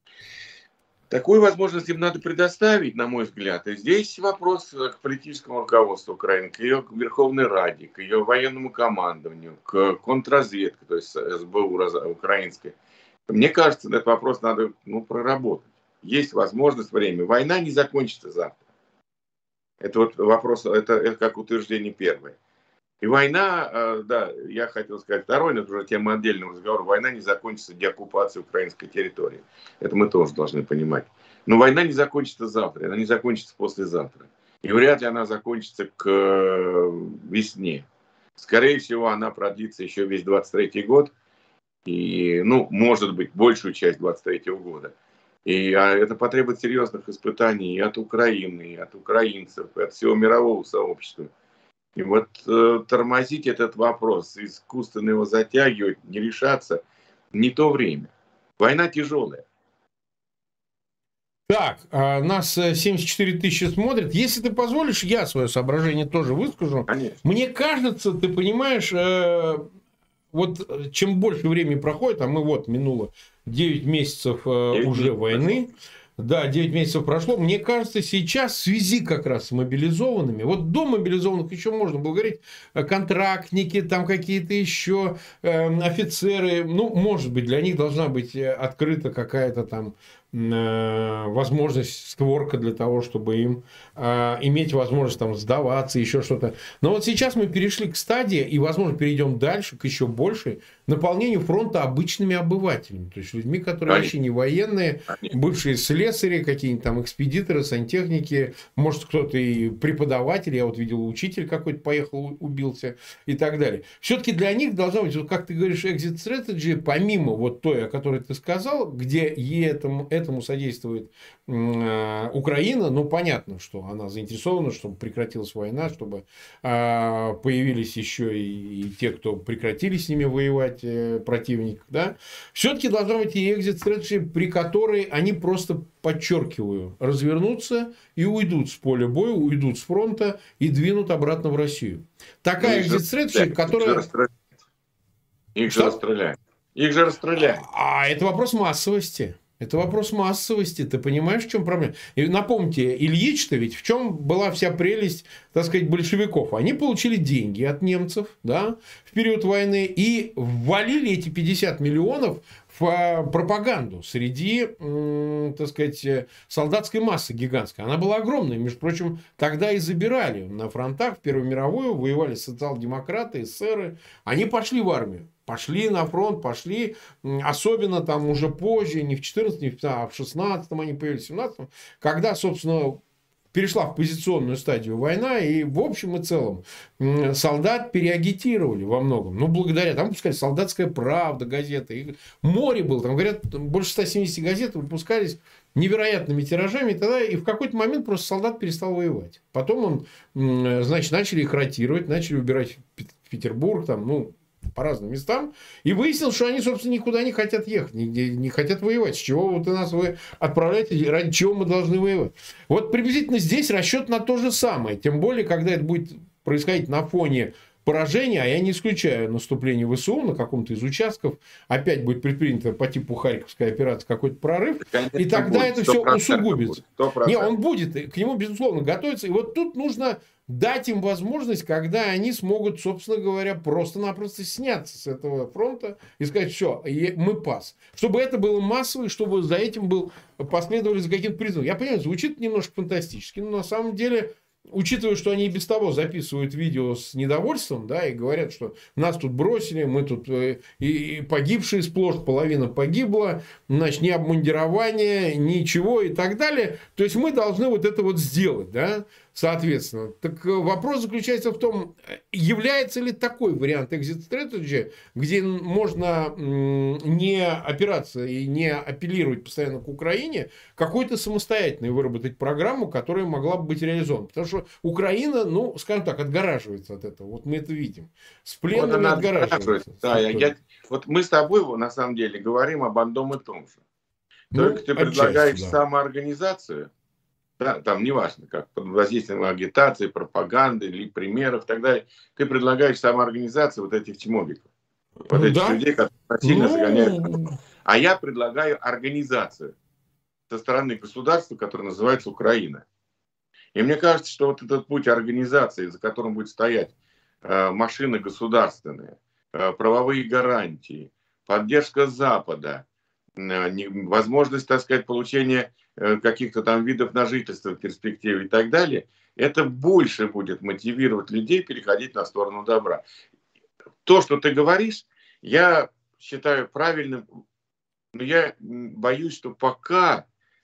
Такую возможность им надо предоставить, на мой взгляд. И здесь вопрос к политическому руководству Украины, к ее Верховной Раде, к ее военному командованию, к контрразведке, то есть СБУ украинской. Мне кажется, этот вопрос надо проработать. Есть возможность, время. Война не закончится завтра. Это вот вопрос, это как утверждение первое. И война, да, я хотел сказать второй, но это уже тема отдельного разговора. Война не закончится деоккупацией украинской территории. Это мы тоже должны понимать. Но война не закончится завтра, она не закончится послезавтра. И вряд ли она закончится к весне. Скорее всего, она продлится еще весь 23-й год. И, может быть, большую часть 23-го года. И это потребует серьезных испытаний и от Украины, и от украинцев, и от всего мирового сообщества. И вот тормозить этот вопрос, искусственно его затягивать, не решаться, не то время. Война тяжелая. Так, нас 74 тысячи смотрят. Если ты позволишь, я свое соображение тоже выскажу. Конечно. Мне кажется, ты понимаешь, вот чем больше времени проходит, а мы минуло 9 месяцев уже войны. Да, 9 месяцев прошло. Мне кажется, сейчас в связи как раз с мобилизованными, вот до мобилизованных еще можно было говорить, контрактники, там какие-то еще офицеры, может быть, для них должна быть открыта какая-то там возможность, створка для того, чтобы им иметь возможность там сдаваться, еще что-то. Но вот сейчас мы перешли к стадии, и, возможно, перейдем дальше, к еще большей наполнению фронта обычными обывателями. То есть людьми, которые вообще не военные, бывшие слесари, какие-нибудь там экспедиторы, сантехники, может, кто-то и преподаватель, я вот видел, учитель какой-то поехал, убился и так далее. Все-таки для них должна быть, вот как ты говоришь, exit strategy, помимо вот той, о которой ты сказал, где этому содействует Украина, понятно, что она заинтересована, чтобы прекратилась война, чтобы появились еще и те, кто прекратили с ними воевать, противник, да, все-таки должна быть и exit strategy, при которой они просто, подчеркиваю, развернутся и уйдут с поля боя, уйдут с фронта и двинут обратно в Россию. Такая exit strategy, которая... Их же расстреляют. Их же расстреляют. А это вопрос массовости. Это вопрос массовости. Ты понимаешь, в чем проблема? И напомните, Ильич-то ведь в чем была вся прелесть, так сказать, большевиков? Они получили деньги от немцев, да, в период войны и ввалили эти 50 миллионов в пропаганду среди, так сказать, солдатской массы гигантской. Она была огромная. Между прочим, тогда и забирали на фронтах в Первую мировую, воевали социал-демократы, эсеры. Они пошли в армию. Пошли на фронт, пошли, особенно там уже позже, не в 14, а в 16 они появились, в 17, когда, собственно, перешла в позиционную стадию война, и в общем и целом солдат переагитировали во многом. Ну, благодаря, там выпускали «Солдатская правда» газеты, и море было, там, говорят, больше 170 газет выпускались невероятными тиражами, и в какой-то момент просто солдат перестал воевать. Потом он, значит, начали их ротировать, начали убирать в Петербург, там, ну, по разным местам, и выяснил, что они, собственно, никуда не хотят ехать, нигде не хотят воевать. С чего вот нас вы отправляете, ради чего мы должны воевать? Вот приблизительно здесь расчет на то же самое. Тем более, когда это будет происходить на фоне поражения, а я не исключаю наступление ВСУ на каком-то из участков, опять будет предпринято по типу Харьковской операции какой-то прорыв, конечно, и тогда будет, это все усугубится. Не, он будет, к нему, безусловно, готовится. И вот тут нужно дать им возможность, когда они смогут, собственно говоря, просто-напросто сняться с этого фронта и сказать, все, мы пас. Чтобы это было массово, и чтобы за этим последовали за каким-то призывом. Я понимаю, звучит немножко фантастически, но на самом деле, учитывая, что они и без того записывают видео с недовольством, да, и говорят, что нас тут бросили, мы тут и погибшие сплошь, половина погибла, значит, ни обмундирования, ничего и так далее. То есть мы должны вот это вот сделать, да, соответственно. Так вопрос заключается в том, является ли такой вариант exit strategy, где можно не опираться и не апеллировать постоянно к Украине, какой-то самостоятельной выработать программу, которая могла бы быть реализована. Потому что Украина, ну, скажем так, отгораживается от этого. Вот мы это видим. С пленными вот отгораживается. Да, вот мы с тобой, на самом деле, говорим об одном и том же. Только ты предлагаешь самоорганизацию, да, там неважно, как под воздействием агитации, пропаганды или примеров и так далее, ты предлагаешь самоорганизацию вот этих чмобиков, вот этих людей, которые сильно загоняют. А я предлагаю организацию со стороны государства, которое называется Украина. И мне кажется, что вот этот путь организации, за которым будет стоять машины государственные, правовые гарантии, поддержка Запада, возможность, так сказать, получения каких-то там видов на жительство в перспективе и так далее, это больше будет мотивировать людей переходить на сторону добра. То, что ты говоришь, я считаю правильным, но я боюсь, что пока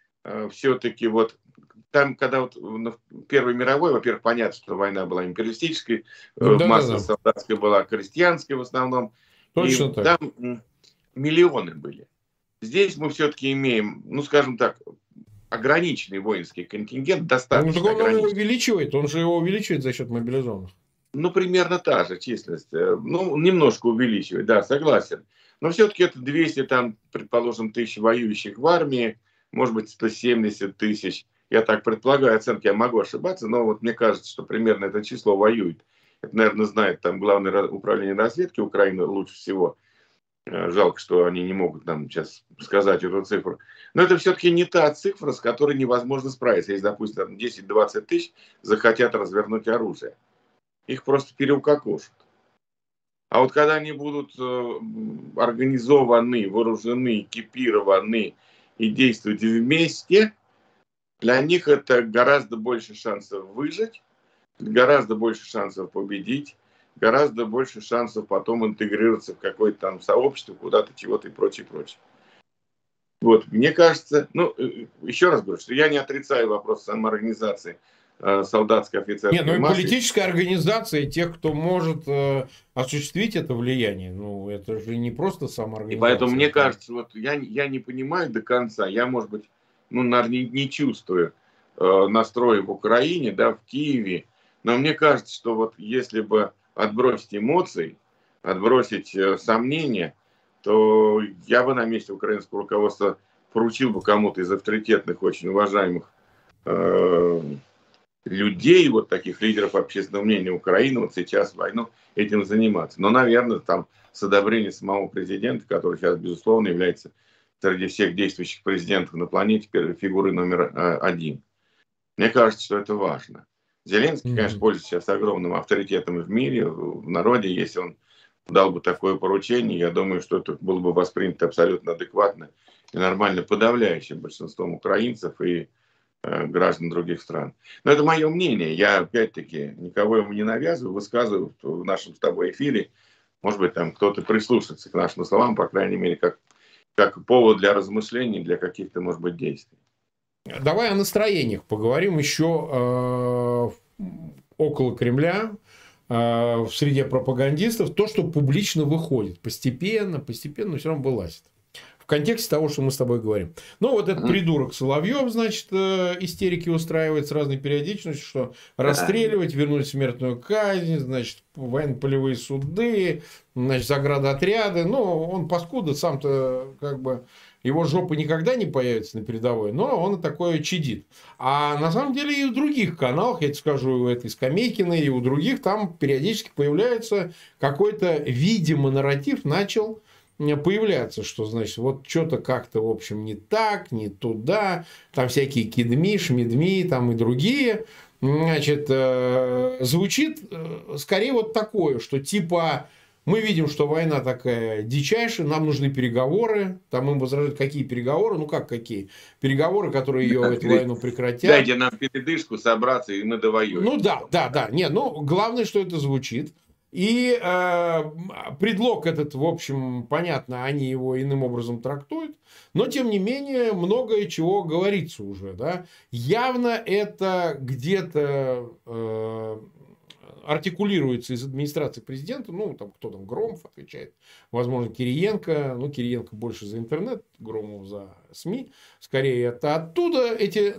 все-таки вот там, когда вот на Первой мировой, во-первых, понятно, что война была империалистической, масса солдатская была крестьянской в основном, точно и так. Там миллионы были. Здесь мы все-таки имеем, ну, скажем так, ограниченный воинский контингент, достаточно ограниченный. Он его увеличивает, он же его увеличивает за счет мобилизованных. Ну, примерно та же численность. Ну, немножко увеличивает, да, согласен. Но все-таки это 200, там, предположим, тысяч воюющих в армии, может быть, 170 тысяч. Я так предполагаю, оценки я могу ошибаться, но вот мне кажется, что примерно это число воюет. Это, наверное, знает там Главное управление разведки Украины лучше всего. Жалко, что они не могут нам сейчас сказать эту цифру. Но это все-таки не та цифра, с которой невозможно справиться. Если, допустим, 10-20 тысяч захотят развернуть оружие. Их просто переукокошат. А вот когда они будут организованы, вооружены, экипированы и действовать вместе, для них это гораздо больше шансов выжить, гораздо больше шансов победить, гораздо больше шансов потом интегрироваться в какое-то там сообщество, куда-то чего-то и прочее, прочее. Вот, мне кажется, ну, еще раз говорю, что я не отрицаю вопрос самоорганизации солдатской офицерской массы. Нет, ну и политическая организация тех, кто может осуществить это влияние. Ну, это же не просто самоорганизация. И поэтому мне кажется, вот я не понимаю до конца, я, может быть, ну, наверное, не чувствую настроя в Украине, да, в Киеве, но мне кажется, что вот если бы отбросить эмоции, отбросить сомнения, то я бы на месте украинского руководства поручил бы кому-то из авторитетных, очень уважаемых людей, вот таких лидеров общественного мнения Украины, вот сейчас войну этим заниматься. Но, наверное, там с одобрения самого президента, который сейчас, безусловно, является среди всех действующих президентов на планете фигурой номер один. Мне кажется, что это важно. Зеленский, конечно, пользуется сейчас огромным авторитетом в мире, в народе. Если он дал бы такое поручение, я думаю, что это было бы воспринято абсолютно адекватно и нормально подавляющим большинством украинцев и граждан других стран. Но это мое мнение. Я, опять-таки, никого ему не навязываю, высказываю в нашем с тобой эфире. Может быть, там кто-то прислушается к нашим словам, по крайней мере, как повод для размышлений, для каких-то, может быть, действий. Давай о настроениях поговорим еще около Кремля, в среде пропагандистов. То, что публично выходит постепенно, но все равно вылазит. В контексте того, что мы с тобой говорим. Ну, вот этот придурок Соловьев, значит, истерики устраивает с разной периодичностью, что расстреливать, вернуть смертную казнь, значит, военно-полевые суды, значит, заградотряды. Ну, он паскуда, сам-то как бы... Его жопа никогда не появится на передовой, но он такое чадит. А на самом деле и в других каналах, я тебе скажу, у этой Скамейкиной и у других, там периодически появляется какой-то, видимо, нарратив начал появляться, что, значит, вот что-то как-то, в общем, не так, не туда, там всякие Кидми, Шмидми, там и другие. Значит, звучит скорее вот такое, что типа... Мы видим, что война такая дичайшая, нам нужны переговоры. Там им возражают, какие переговоры? Ну, как какие? Переговоры, которые эту войну прекратят. Дайте нам передышку, собраться, и мы довоюем. Ну, да. Нет, ну, главное, что это звучит. И предлог этот, в общем, понятно, они его иным образом трактуют. Но, тем не менее, многое чего говорится уже. Да? Явно это где-то... артикулируется из администрации президента, ну, там, кто там, Громов отвечает, возможно, Кириенко, ну, Кириенко больше за интернет, Громов за СМИ, скорее это оттуда эти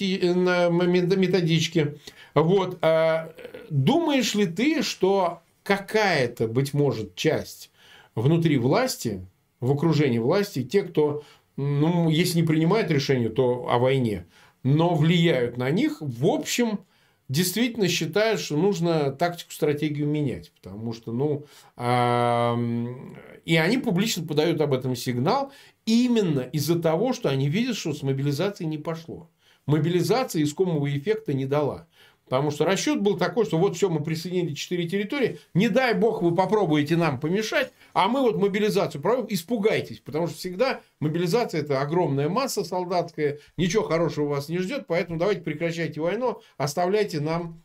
методички. Вот. Думаешь ли ты, что какая-то, быть может, часть внутри власти, в окружении власти, те, кто, ну, если не принимают решения, то о войне, но влияют на них, в общем, действительно считают, что нужно тактику, стратегию менять. Потому что, ну, и они публично подают об этом сигнал именно из-за того, что они видят, что с мобилизацией не пошло. Мобилизация искомого эффекта не дала. Потому что расчет был такой, что вот все, мы присоединили 4 территории, не дай бог вы попробуете нам помешать, а мы вот мобилизацию проводим, испугайтесь. Потому что всегда мобилизация – это огромная масса солдатская, ничего хорошего вас не ждет, поэтому давайте прекращайте войну, оставляйте нам,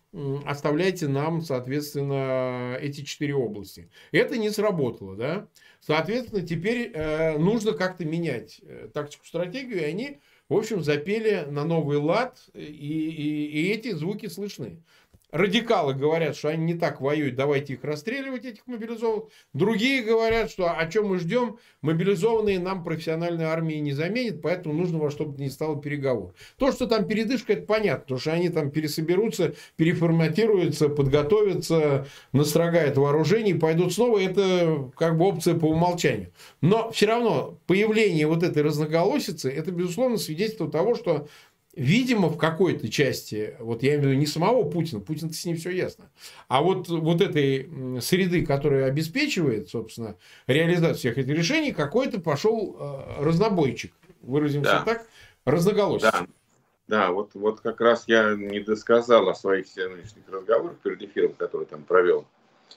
соответственно, эти 4 области. Это не сработало, да? Соответственно, теперь нужно как-то менять тактику, стратегию, и они... В общем, запели на новый лад, и эти звуки слышны. Радикалы говорят, что они не так воюют, давайте их расстреливать, этих мобилизованных. Другие говорят, что о чем мы ждем, мобилизованные нам профессиональной армии не заменят, поэтому нужно во что бы ни стало переговор. То, что там передышка, это понятно, потому что они там пересоберутся, переформатируются, подготовятся, настрогают вооружение и пойдут снова. Это как бы опция по умолчанию. Но все равно появление вот этой разноголосицы, это, безусловно, свидетельство того, что видимо, в какой-то части, вот я имею в виду не самого Путина, Путин-то с ним все ясно, а вот этой среды, которая обеспечивает, собственно, реализацию всех этих решений, какой-то пошел разнобойчик, выразимся так, разноголосица. Да, вот как раз я не досказал о своих сегодняшних разговорах перед эфиром, который там провел.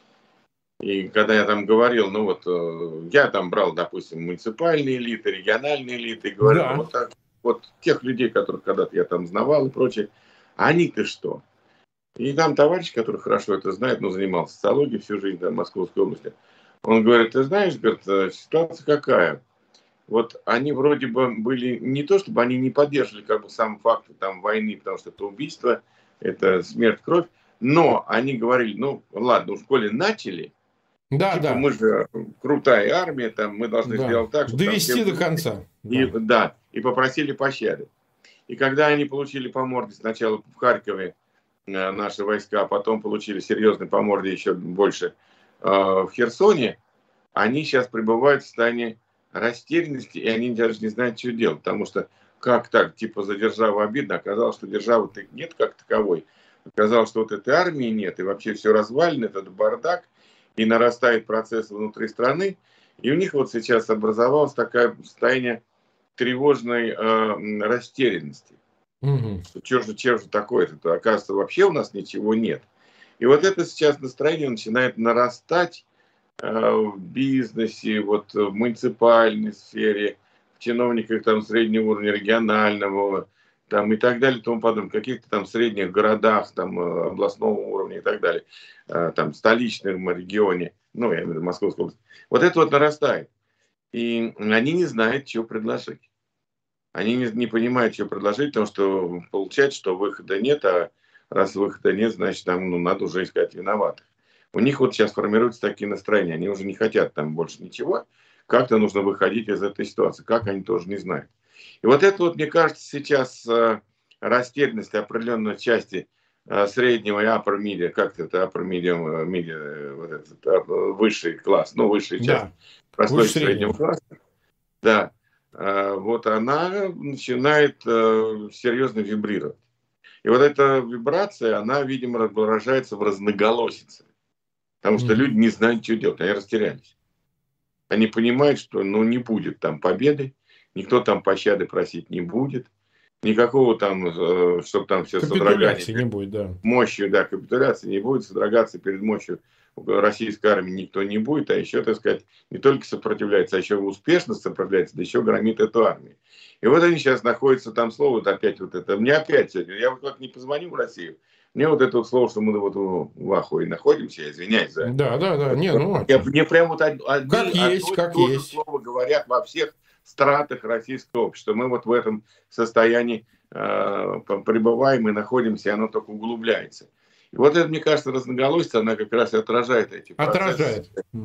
И когда я там говорил, ну вот, я там брал, допустим, муниципальные элиты, региональные элиты, и говорил, да. Вот так. Вот тех людей, которых когда-то я там знавал и прочее, они-то что? И там товарищ, который хорошо это знает, но занимался социологией всю жизнь в Московской области, он говорит, ты знаешь, говорит, ситуация какая? Вот они вроде бы были, не то чтобы они не поддерживали как бы сам факт там войны, потому что это убийство, это смерть, кровь, но они говорили, ну ладно, в школе начали, да, типа, да. Мы же крутая армия, там, мы должны сделать так, чтобы довести до конца. И попросили пощады. И когда они получили по морде сначала в Харькове наши войска, а потом получили серьезный по морде еще больше в Херсоне, они сейчас пребывают в состоянии растерянности, и они даже не знают, что делать. Потому что как так, типа за державу обидно, оказалось, что державы-то нет как таковой. Оказалось, что вот этой армии нет, и вообще все развалено, этот бардак, и нарастает процесс внутри страны. И у них вот сейчас образовалось такое состояние тревожной растерянности. Угу. Что же такое-то? Оказывается, вообще у нас ничего нет. И вот это сейчас настроение начинает нарастать в бизнесе, вот в муниципальной сфере, в чиновниках там среднего уровня, регионального, там и так далее, и тому подобное, в каких-то там средних городах, там областного уровня и так далее, там столичном регионе, ну, я имею в виду Московской области. Вот это вот нарастает. И они не знают, что предложить. Они не понимают, что предложить, потому что получается, что выхода нет, а раз выхода нет, значит, там надо уже искать виноватых. У них вот сейчас формируются такие настроения, они уже не хотят там больше ничего, как-то нужно выходить из этой ситуации, как они тоже не знают. И вот это вот, мне кажется, сейчас растерянность определенной части среднего и upper media, как это upper media, вот этот, высший класс, ну, высшая часть, Да. простой среднего класса, да, вот она начинает серьезно вибрировать. И вот эта вибрация, она, видимо, выражается в разноголосице. Потому что люди не знают, что делать, они растерялись. Они понимают, что не будет там победы, никто там пощады просить не будет, никакого там, чтобы там все капитуляции не будет, да. Мощью, да, капитуляции не будет, содрогаться перед мощью российской армии никто не будет, а еще, так сказать, не только сопротивляется, а еще успешно сопротивляется, да еще громит эту армию. И вот они сейчас находятся там, слово вот опять вот это, мне опять сегодня, я вот как не позвоню в Россию, мне вот это вот слово, что мы вот в ахуе находимся, я извиняюсь за это. Да, не, мне прям вот как есть. слово говорят во всех стратах российского общества. Мы вот в этом состоянии пребываем и находимся, и оно только углубляется. И вот это, мне кажется, разноголосица, она как раз и отражает эти процессы.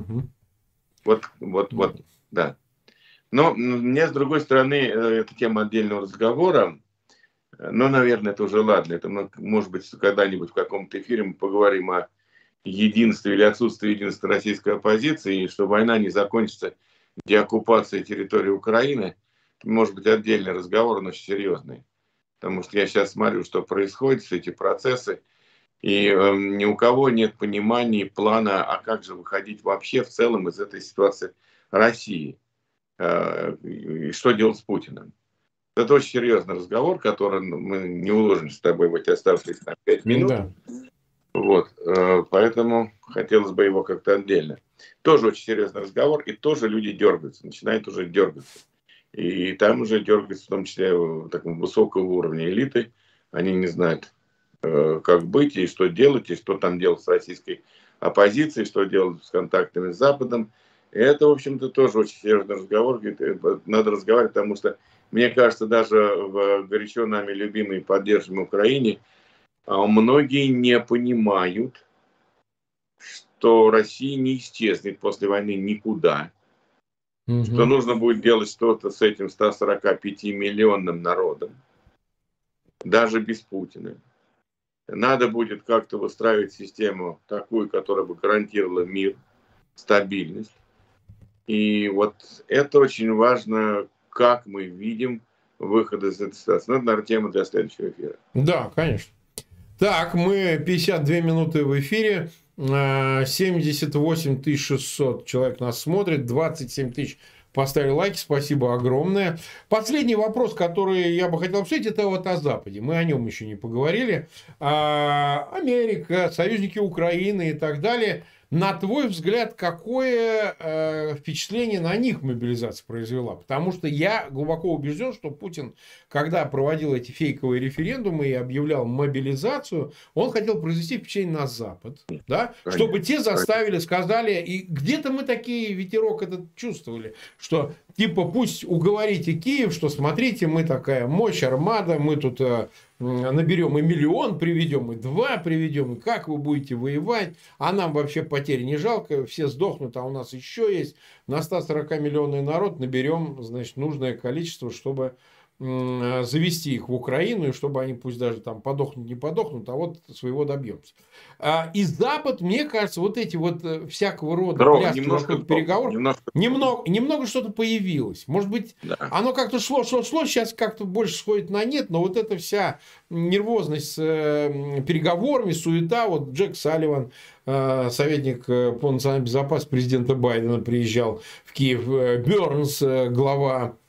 Вот, да. Но мне, с другой стороны, это тема отдельного разговора. Но, наверное, это уже ладно. Это, может быть, когда-нибудь в каком-то эфире мы поговорим о единстве или отсутствии единства российской оппозиции, и что война не закончится деоккупацией территории Украины. Это может быть отдельный разговор, но очень серьезный. Потому что я сейчас смотрю, что происходит, все эти процессы, и ни у кого нет понимания, плана, а как же выходить вообще в целом из этой ситуации России. И что делать с Путиным. Это очень серьезный разговор, который мы не уложимся с тобой в эти оставшиеся 5 минут. Да. Вот, поэтому хотелось бы его как-то отдельно. Тоже очень серьезный разговор, и тоже люди дергаются, начинают уже дергаться. И там уже дергаются, в том числе такого высокого уровня элиты. Они не знают, как быть, и что делать, и что там делать с российской оппозицией, что делать с контактами с Западом. И это, в общем-то, тоже очень серьезный разговор. Надо разговаривать, потому что, мне кажется, даже в горячо нами любимой и поддерживаемой Украине многие не понимают, что Россия не исчезнет после войны никуда. Что нужно будет делать что-то с этим 145-миллионным народом. Даже без Путина. Надо будет как-то выстраивать систему такую, которая бы гарантировала мир, стабильность. И вот это очень важно, как мы видим выход из этой ситуации. Ну, это, наверное, тема для следующего эфира. Да, конечно. Так, мы 52 минуты в эфире. 78 600 человек нас смотрит. 27 тысяч поставили лайки. Спасибо огромное. Последний вопрос, который я бы хотел обсудить, это вот о Западе. Мы о нем еще не поговорили. Америка, союзники Украины и так далее. На твой взгляд, какое впечатление на них мобилизация произвела? Потому что я глубоко убежден, что Путин, когда проводил эти фейковые референдумы и объявлял мобилизацию, он хотел произвести впечатление на Запад, да? Чтобы те заставили, сказали, и где-то мы такие ветерок этот чувствовали, что типа пусть уговорите Киев, что смотрите, мы такая мощь, армада, мы тут наберем и 1 миллион приведем, и 2 приведем, и как вы будете воевать, а нам вообще потерь не жалко, все сдохнут, а у нас еще есть, на 140-миллионный народ наберем, значит, нужное количество, чтобы завести их в Украину, и чтобы они пусть даже там подохнут, не подохнут, а вот своего добьемся. И Запад, мне кажется, вот эти вот всякого рода пляски вокруг переговоров, немного что-то появилось. Может быть, оно как-то шло, сейчас как-то больше сходит на нет, но вот эта вся нервозность с переговорами, суета, вот Джек Салливан, советник по национальной безопасности президента Байдена, приезжал в Киев, Бернс, глава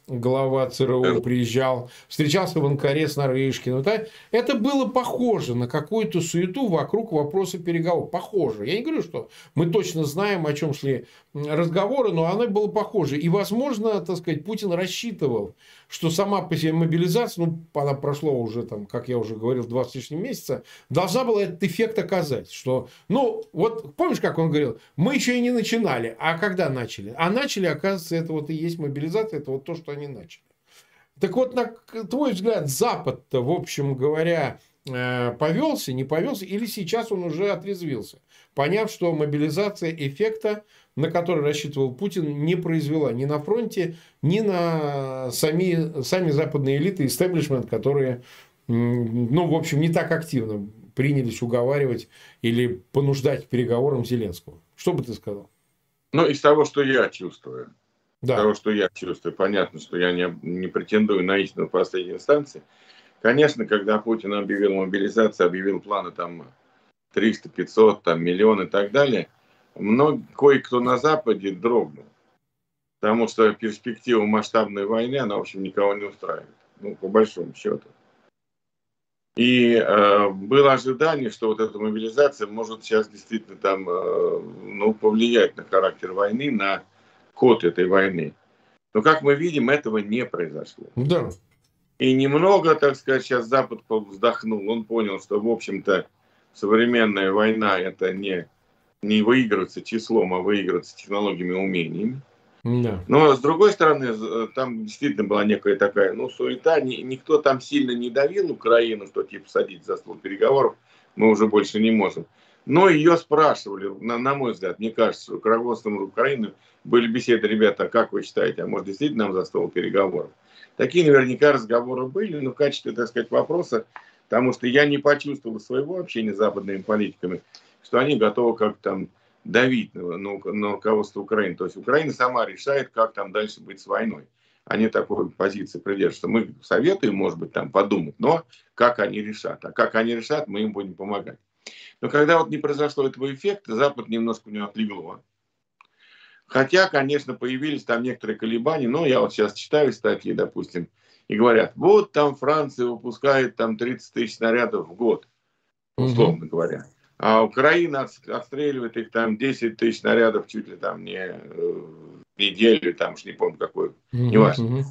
глава ЦРУ, приезжал, встречался в Анкаре с Нарышкиным. Да? Это было похоже на какую-то суету вокруг вопроса переговоров. Похоже. Я не говорю, что мы точно знаем, о чем шли разговоры, но оно было похоже. И, возможно, так сказать, Путин рассчитывал, что сама по себе мобилизация, ну, она прошла уже, там, как я уже говорил, 20 с лишним месяца, должна была этот эффект оказать. Что, ну, вот помнишь, как он говорил, мы еще и не начинали. А когда начали? А начали, оказывается, это вот и есть мобилизация, это вот то, что они начали. Так вот, на твой взгляд, Запад-то, в общем говоря, повелся, не повелся, или сейчас он уже отрезвился, поняв, что мобилизация эффекта, на который рассчитывал Путин, не произвела ни на фронте, ни на сами западные элиты, истеблишмент, которые, ну, в общем, не так активно принялись уговаривать или понуждать к переговорам Зеленского. Что бы ты сказал? Ну, из того, что я чувствую. Да. Того, что я чувствую, понятно, что я не претендую на истину в последней инстанции. Конечно, когда Путин объявил мобилизацию, объявил планы там 300, 500, там, миллион и так далее, кое-кто на Западе дрогнул. Потому что перспектива масштабной войны, она, в общем, никого не устраивает. Ну, по большому счету. И было ожидание, что вот эта мобилизация может сейчас действительно там, повлиять на характер войны, на ход этой войны. Но, как мы видим, этого не произошло. Да. И немного, так сказать, сейчас Запад вздохнул. Он понял, что, в общем-то, современная война – это не выигрываться числом, а выигрываться технологиями и умениями. Да. Но, с другой стороны, там действительно была некая такая, суета. Никто там сильно не давил Украину, что типа садить за стол переговоров мы уже больше не можем. Но ее спрашивали, на мой взгляд, мне кажется, что руководством Украины были беседы, ребята, как вы считаете, а может действительно нам за стол переговоров? Такие наверняка разговоры были, но в качестве, так сказать, вопроса, потому что я не почувствовал своего общения с западными политиками, что они готовы как-то там давить на руководство Украины. То есть Украина сама решает, как там дальше быть с войной. Они такой позиции придерживаются. Мы советуем, может быть, там подумать, но как они решат. А как они решат, мы им будем помогать. Но когда вот не произошло этого эффекта, Запад немножко у него отлегло. Хотя, конечно, появились там некоторые колебания. Но я вот сейчас читаю статьи, допустим, и говорят, вот там Франция выпускает там 30 тысяч снарядов в год, условно говоря. А Украина отстреливает их там 10 тысяч снарядов чуть ли там не в неделю, там уж не помню какой, неважно.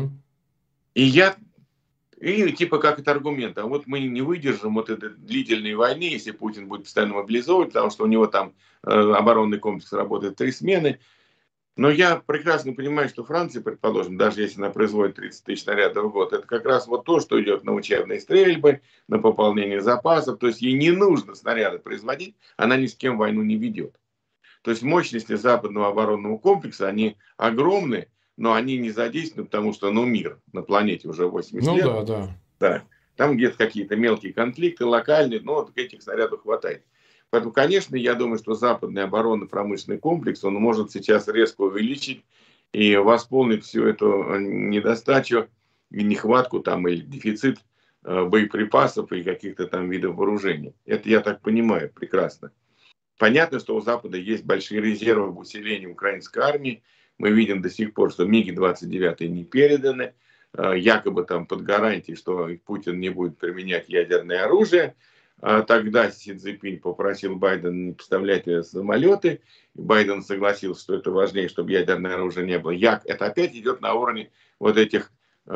И типа как это аргумент, а вот мы не выдержим вот этой длительной войны, если Путин будет постоянно мобилизовывать, потому что у него там оборонный комплекс работает 3 смены. Но я прекрасно понимаю, что Франция, предположим, даже если она производит 30 тысяч снарядов в год, это как раз вот то, что идет на учебные стрельбы, на пополнение запасов. То есть ей не нужно снаряды производить, она ни с кем войну не ведет. То есть мощности западного оборонного комплекса, они огромны, но они не задействованы, потому что, мир на планете уже 80 лет. Да. Там где-то какие-то мелкие конфликты, локальные, но вот этих снарядов хватает. Поэтому, конечно, я думаю, что западный оборонно-промышленный комплекс, он может сейчас резко увеличить и восполнить всю эту недостачу, нехватку там или дефицит боеприпасов и каких-то там видов вооружений. Это я так понимаю прекрасно. Понятно, что у Запада есть большие резервы в усилении украинской армии. Мы видим до сих пор, что МиГи-29 не переданы, якобы там под гарантией, что Путин не будет применять ядерное оружие. Тогда Си Цзиньпинь попросил Байдена не поставлять самолеты. Байден согласился, что это важнее, чтобы ядерное оружие не было. Это опять идет на уровне вот этих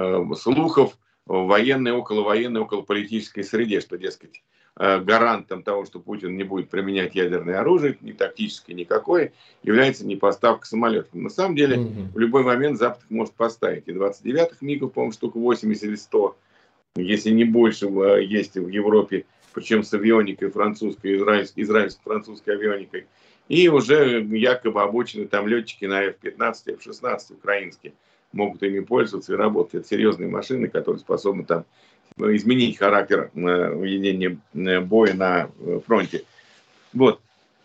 слухов в военной, околовоенной, околополитической среде, что, дескать, гарантом того, что Путин не будет применять ядерное оружие, ни тактическое, никакое, является не поставка самолетов. На самом деле, в любой момент Запад их может поставить. И 29-х МиГов, по-моему, штук 80 или 100, если не больше, есть в Европе, причем с авионикой французской, израильско-французской авионикой. И уже якобы обучены там летчики на F-15, F-16 украинские могут ими пользоваться и работать. Это серьезные машины, которые способны там изменить характер ведения боя на фронте. Вот.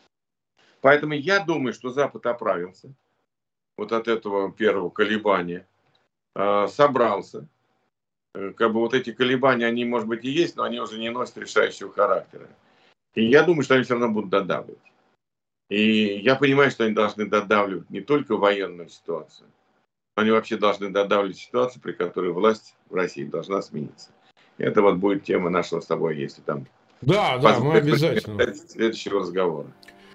Поэтому я думаю, что Запад оправился вот от этого первого колебания, собрался. Как бы вот эти колебания, они, может быть, и есть, но они уже не носят решающего характера. И я думаю, что они все равно будут додавливать. И я понимаю, что они должны додавливать не только военную ситуацию, Они вообще должны додавливать ситуацию, при которой власть в России должна смениться. Это вот будет тема нашего с тобой, если там... Да, мы обязательно. Следующего разговора.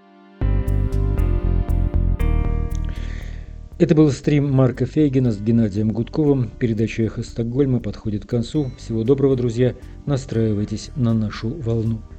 Это был стрим Марка Фейгина с Геннадием Гудковым. Передача «Эхо Стокгольма» подходит к концу. Всего доброго, друзья. Настраивайтесь на нашу волну.